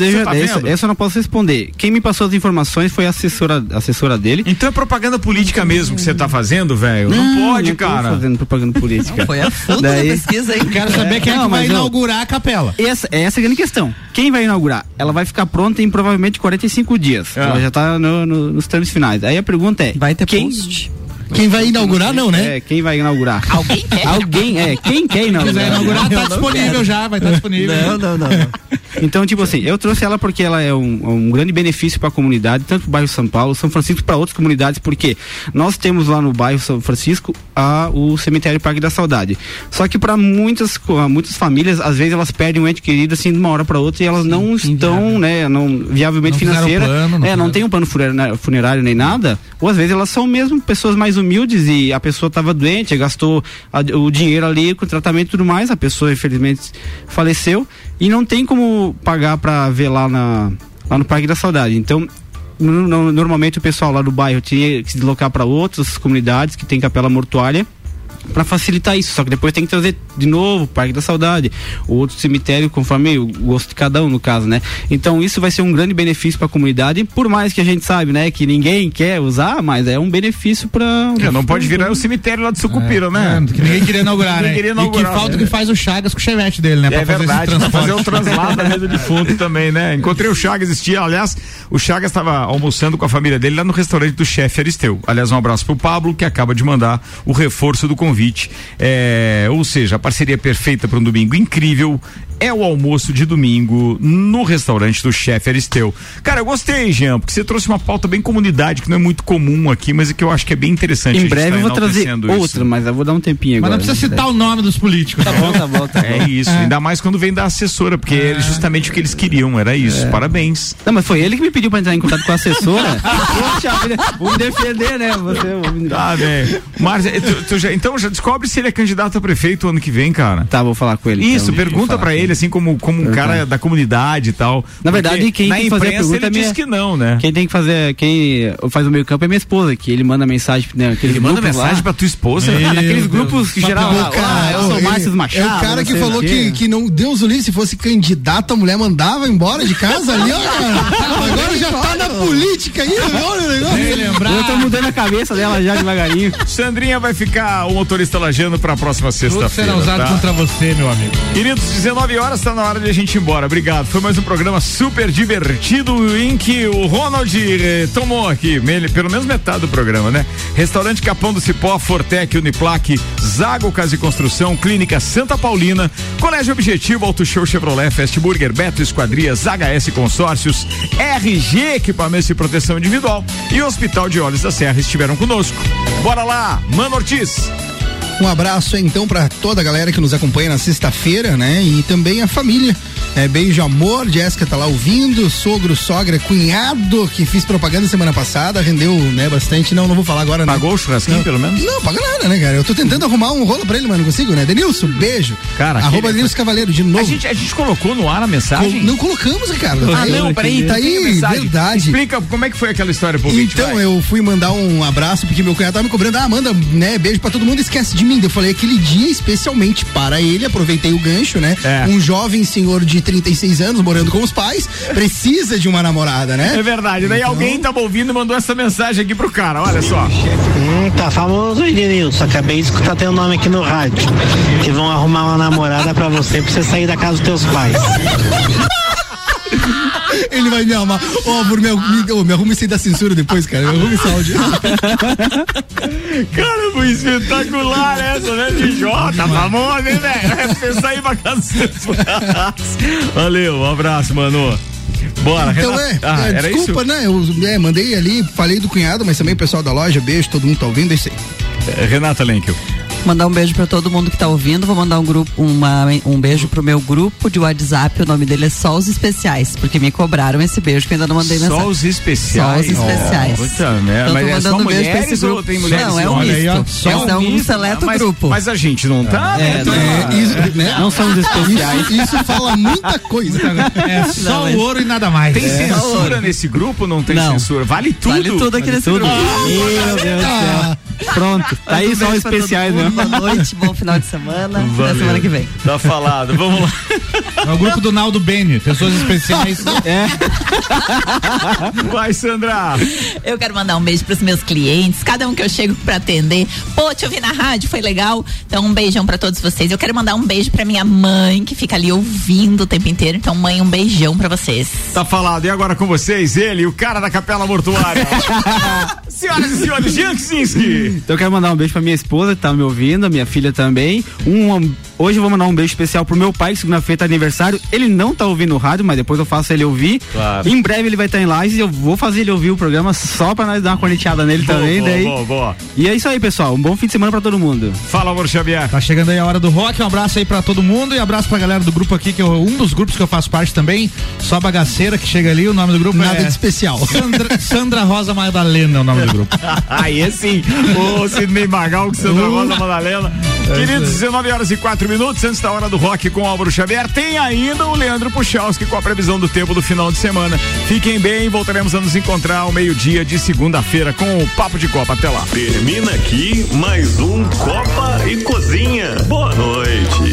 veja, tá essa, essa eu não posso responder. Quem me passou as informações foi a assessora, a assessora dele. Então é propaganda política mesmo que você tá fazendo, velho? Não, não pode, não cara. Tô fazendo propaganda política. Não, foi a fundo Daí, da pesquisa aí. Quero saber é, quem não, é que vai inaugurar a capela. Essa, essa é a grande questão. Quem vai inaugurar? Ela vai ficar pronta em provavelmente quarenta e cinco dias. É. Ela já tá no, no, nos trâmites finais. Aí a pergunta é: vai ter quem... post? Quem vai inaugurar, não, né? É, quem vai inaugurar? Alguém quer? Alguém, é. Quem quer inaugurar? Quem quiser inaugurar, tá disponível quero. já, vai estar tá disponível. Não, não, não, não. Então, tipo assim, eu trouxe ela porque ela é um, um grande benefício para a comunidade, tanto pro bairro São Paulo, São Francisco, para outras comunidades, porque nós temos lá no bairro São Francisco a, o cemitério Parque da Saudade. Só que para muitas, muitas famílias, às vezes elas perdem um ente querido assim de uma hora para outra e elas não Sim, estão, inviável. né, não viavelmente não financeira, plano, não, é, não tem um plano funerário nem nada, ou às vezes elas são mesmo pessoas mais humildes e a pessoa estava doente, gastou a, o dinheiro ali com o tratamento e tudo mais, a pessoa infelizmente faleceu e não tem como pagar para ver lá, na, lá no Parque da Saudade. Então, no, no, normalmente o pessoal lá do bairro tinha que se deslocar para outras comunidades que tem capela mortuária para facilitar isso, só que depois tem que trazer de novo o Parque da Saudade, o outro cemitério, conforme o gosto de cada um, no caso, né? Então isso vai ser um grande benefício para a comunidade, por mais que a gente sabe, né, que ninguém quer usar, mas é um benefício para... É, não pode virar o cemitério lá de Sucupira, é, né? É, que ninguém queria inaugurar, né? Queria inaugurar, e que falta né? que faz o Chagas com o chevette dele, né? É pra verdade, fazer, fazer o translado da mesa de fundo também, né? Encontrei o Chagas esse dia, aliás, o Chagas estava almoçando com a família dele lá no restaurante do chefe Aristeu. Aliás, um abraço pro Pablo, que acaba de mandar o reforço do convite. É, ou seja, a parceria perfeita para um domingo incrível é o almoço de domingo no restaurante do chefe Aristeu. Cara, eu gostei, Jean, porque você trouxe uma pauta bem comunidade, que não é muito comum aqui, mas é que eu acho que é bem interessante. Em breve tá eu vou trazer outra, isso. mas eu vou dar um tempinho mas agora. Mas não precisa citar o nome dos políticos. Tá bom, tá bom, tá bom. É isso, é. Ainda mais quando vem da assessora, porque é justamente o que eles queriam, era isso, é. Parabéns. Não, mas foi ele que me pediu pra entrar em contato com a assessora. Poxa, vou me defender, né? Você, vou me... Tá, velho. Márcia, tu, tu já, então já descobre se ele é candidato a prefeito ano que vem, cara. Tá, vou falar com ele. Isso, então, pergunta pra ele, assim, como, como um cara da comunidade e tal. Na verdade, quem na tem que fazer a pergunta ele é minha... diz que não, né? Quem tem que fazer, quem faz o meio campo é minha esposa, que ele manda mensagem, né? Ele manda mensagem lá pra tua esposa? Meu naqueles grupos que geral lá, cara, eu sou Márcio Machado. É o cara que falou que, que não, Deus o livre, se fosse candidato, a mulher mandava embora de casa ali, ó, cara. Agora já tá na política aí, olha o negócio. Eu tô mudando a cabeça dela já devagarinho. Sandrinha vai ficar o motorista lajando pra próxima sexta-feira. Tudo será usado tá? contra você, meu amigo. Queridos, dezenove horas, tá na hora de a gente ir embora. Obrigado. Foi mais um programa super divertido em que o Ronald eh, tomou aqui, me, pelo menos metade do programa, né? Restaurante Capão do Cipó, Fortec, Uniplaque, Zago Casa e Construção, Clínica Santa Paulina, Colégio Objetivo, Auto Show Chevrolet, Fast Burger, Beto Esquadrias, H S Consórcios, R G Equipamentos de Proteção Individual e Hospital de Olhos da Serra estiveram conosco. Bora lá, Mano Ortiz. Um abraço então para toda a galera que nos acompanha na sexta-feira, né? E também a família. É, beijo, amor, Jéssica tá lá ouvindo, sogro, sogra, cunhado, que fiz propaganda semana passada, rendeu, né, bastante. Não, não vou falar agora, né? Pagou o churrasquinho, não, pelo menos? Não, paga nada, né, cara? Eu tô tentando arrumar um rolo pra ele, mas não consigo, né? Denilson, beijo. Cara, arroba Denilson Cavaleiro, de novo. A gente, a gente colocou no ar a mensagem? Co- não colocamos, Ricardo. Ah, não, peraí, tá aí, verdade. Explica como é que foi aquela história pro vídeo. Então, vai. Eu fui mandar um abraço, porque meu cunhado tava me cobrando, ah, manda, né, beijo pra todo mundo, esquece de mim. Eu falei, aquele dia especialmente para ele, aproveitei o gancho, né? É. Um jovem senhor de trinta e seis anos, morando com os pais, precisa de uma namorada, né? É verdade, daí então... alguém tava ouvindo e mandou essa mensagem aqui pro cara, olha só. Hum, tá famoso, Denilson, acabei de escutar teu nome aqui no rádio, que vão arrumar uma namorada pra você, pra você sair da casa dos teus pais. Ele vai me arrumar. Ó, oh, por meu, me, oh, me arrume sem dar censura depois, cara. Me arrume esse áudio. Cara, foi espetacular essa, né? De Jota, tá famoso, hein, velho? Pensar aí pra casa dos seus pais. Valeu, um abraço, mano. Bora, então Renata. é, ah, é era desculpa, isso? né? Eu é, mandei ali, falei do cunhado, mas também o pessoal da loja, beijo, todo mundo tá ouvindo, é isso aí. É, Renata Lenkel. Mandar um beijo pra todo mundo que tá ouvindo. Vou mandar um grupo, uma, um beijo pro meu grupo de WhatsApp. O nome dele é Só os Especiais, porque me cobraram esse beijo que eu ainda não mandei mensagem. Só os Especiais. Só os Especiais. Oh, então, mas é só mulheres ou tem mulheres? Não, é um misto. Só é um, um seleto mas, grupo. Mas a gente não tá, é, né? É, isso, né? Não são os especiais. Isso, isso fala muita coisa. É só não, o ouro e nada mais. Tem é. censura nesse grupo? Não tem não. censura? Vale tudo? Vale tudo aqui vale nesse tudo. grupo. Meu Deus do céu. Pronto, tá aí só os especiais, né? Boa noite, bom final de semana. Valeu. Até semana que vem. Tá falado, vamos lá. É o grupo do Naldo Bene, pessoas especiais. É. Vai, Sandra. Eu quero mandar um beijo pros meus clientes, cada um que eu chego pra atender. Pô, te ouvi na rádio, foi legal. Então, um beijão pra todos vocês. Eu quero mandar um beijo pra minha mãe, que fica ali ouvindo o tempo inteiro. Então, mãe, um beijão pra vocês. Tá falado. E agora com vocês, ele, o cara da Capela Mortuária. Senhoras e senhores, Jean Ksinski. Então, eu quero mandar um beijo pra minha esposa, que tá me ouvindo, a minha filha também. Um, hoje eu vou mandar um beijo especial pro meu pai, que segunda-feira tá aniversário. Ele não tá ouvindo o rádio, mas depois eu faço ele ouvir. Claro. Em breve ele vai estar tá em Lages e eu vou fazer ele ouvir o programa só pra nós dar uma corneteada nele boa, também. Boa, daí. Boa, boa. E é isso aí, pessoal. Um bom fim de semana pra todo mundo. Fala, amor Xavier. Tá chegando aí a hora do rock. Um abraço aí pra todo mundo e abraço pra galera do grupo aqui, que é um dos grupos que eu faço parte também. Só Bagaceira que chega ali. O nome do grupo Nada é. de especial. Sandra, Sandra Rosa Madalena é o nome do grupo. Aí é sim. O Sidney Magal com Sandra uh. Rosa Madalena. É Queridos, dezenove horas e quatro minutos antes da hora do rock com Álvaro Xavier. Tem ainda o Leandro Puchalski com a previsão do tempo do final de semana. Fiquem bem, voltaremos a nos encontrar ao meio-dia de segunda-feira com o Papo de Copa. Até lá. Termina aqui mais um Copa e Cozinha. Boa noite.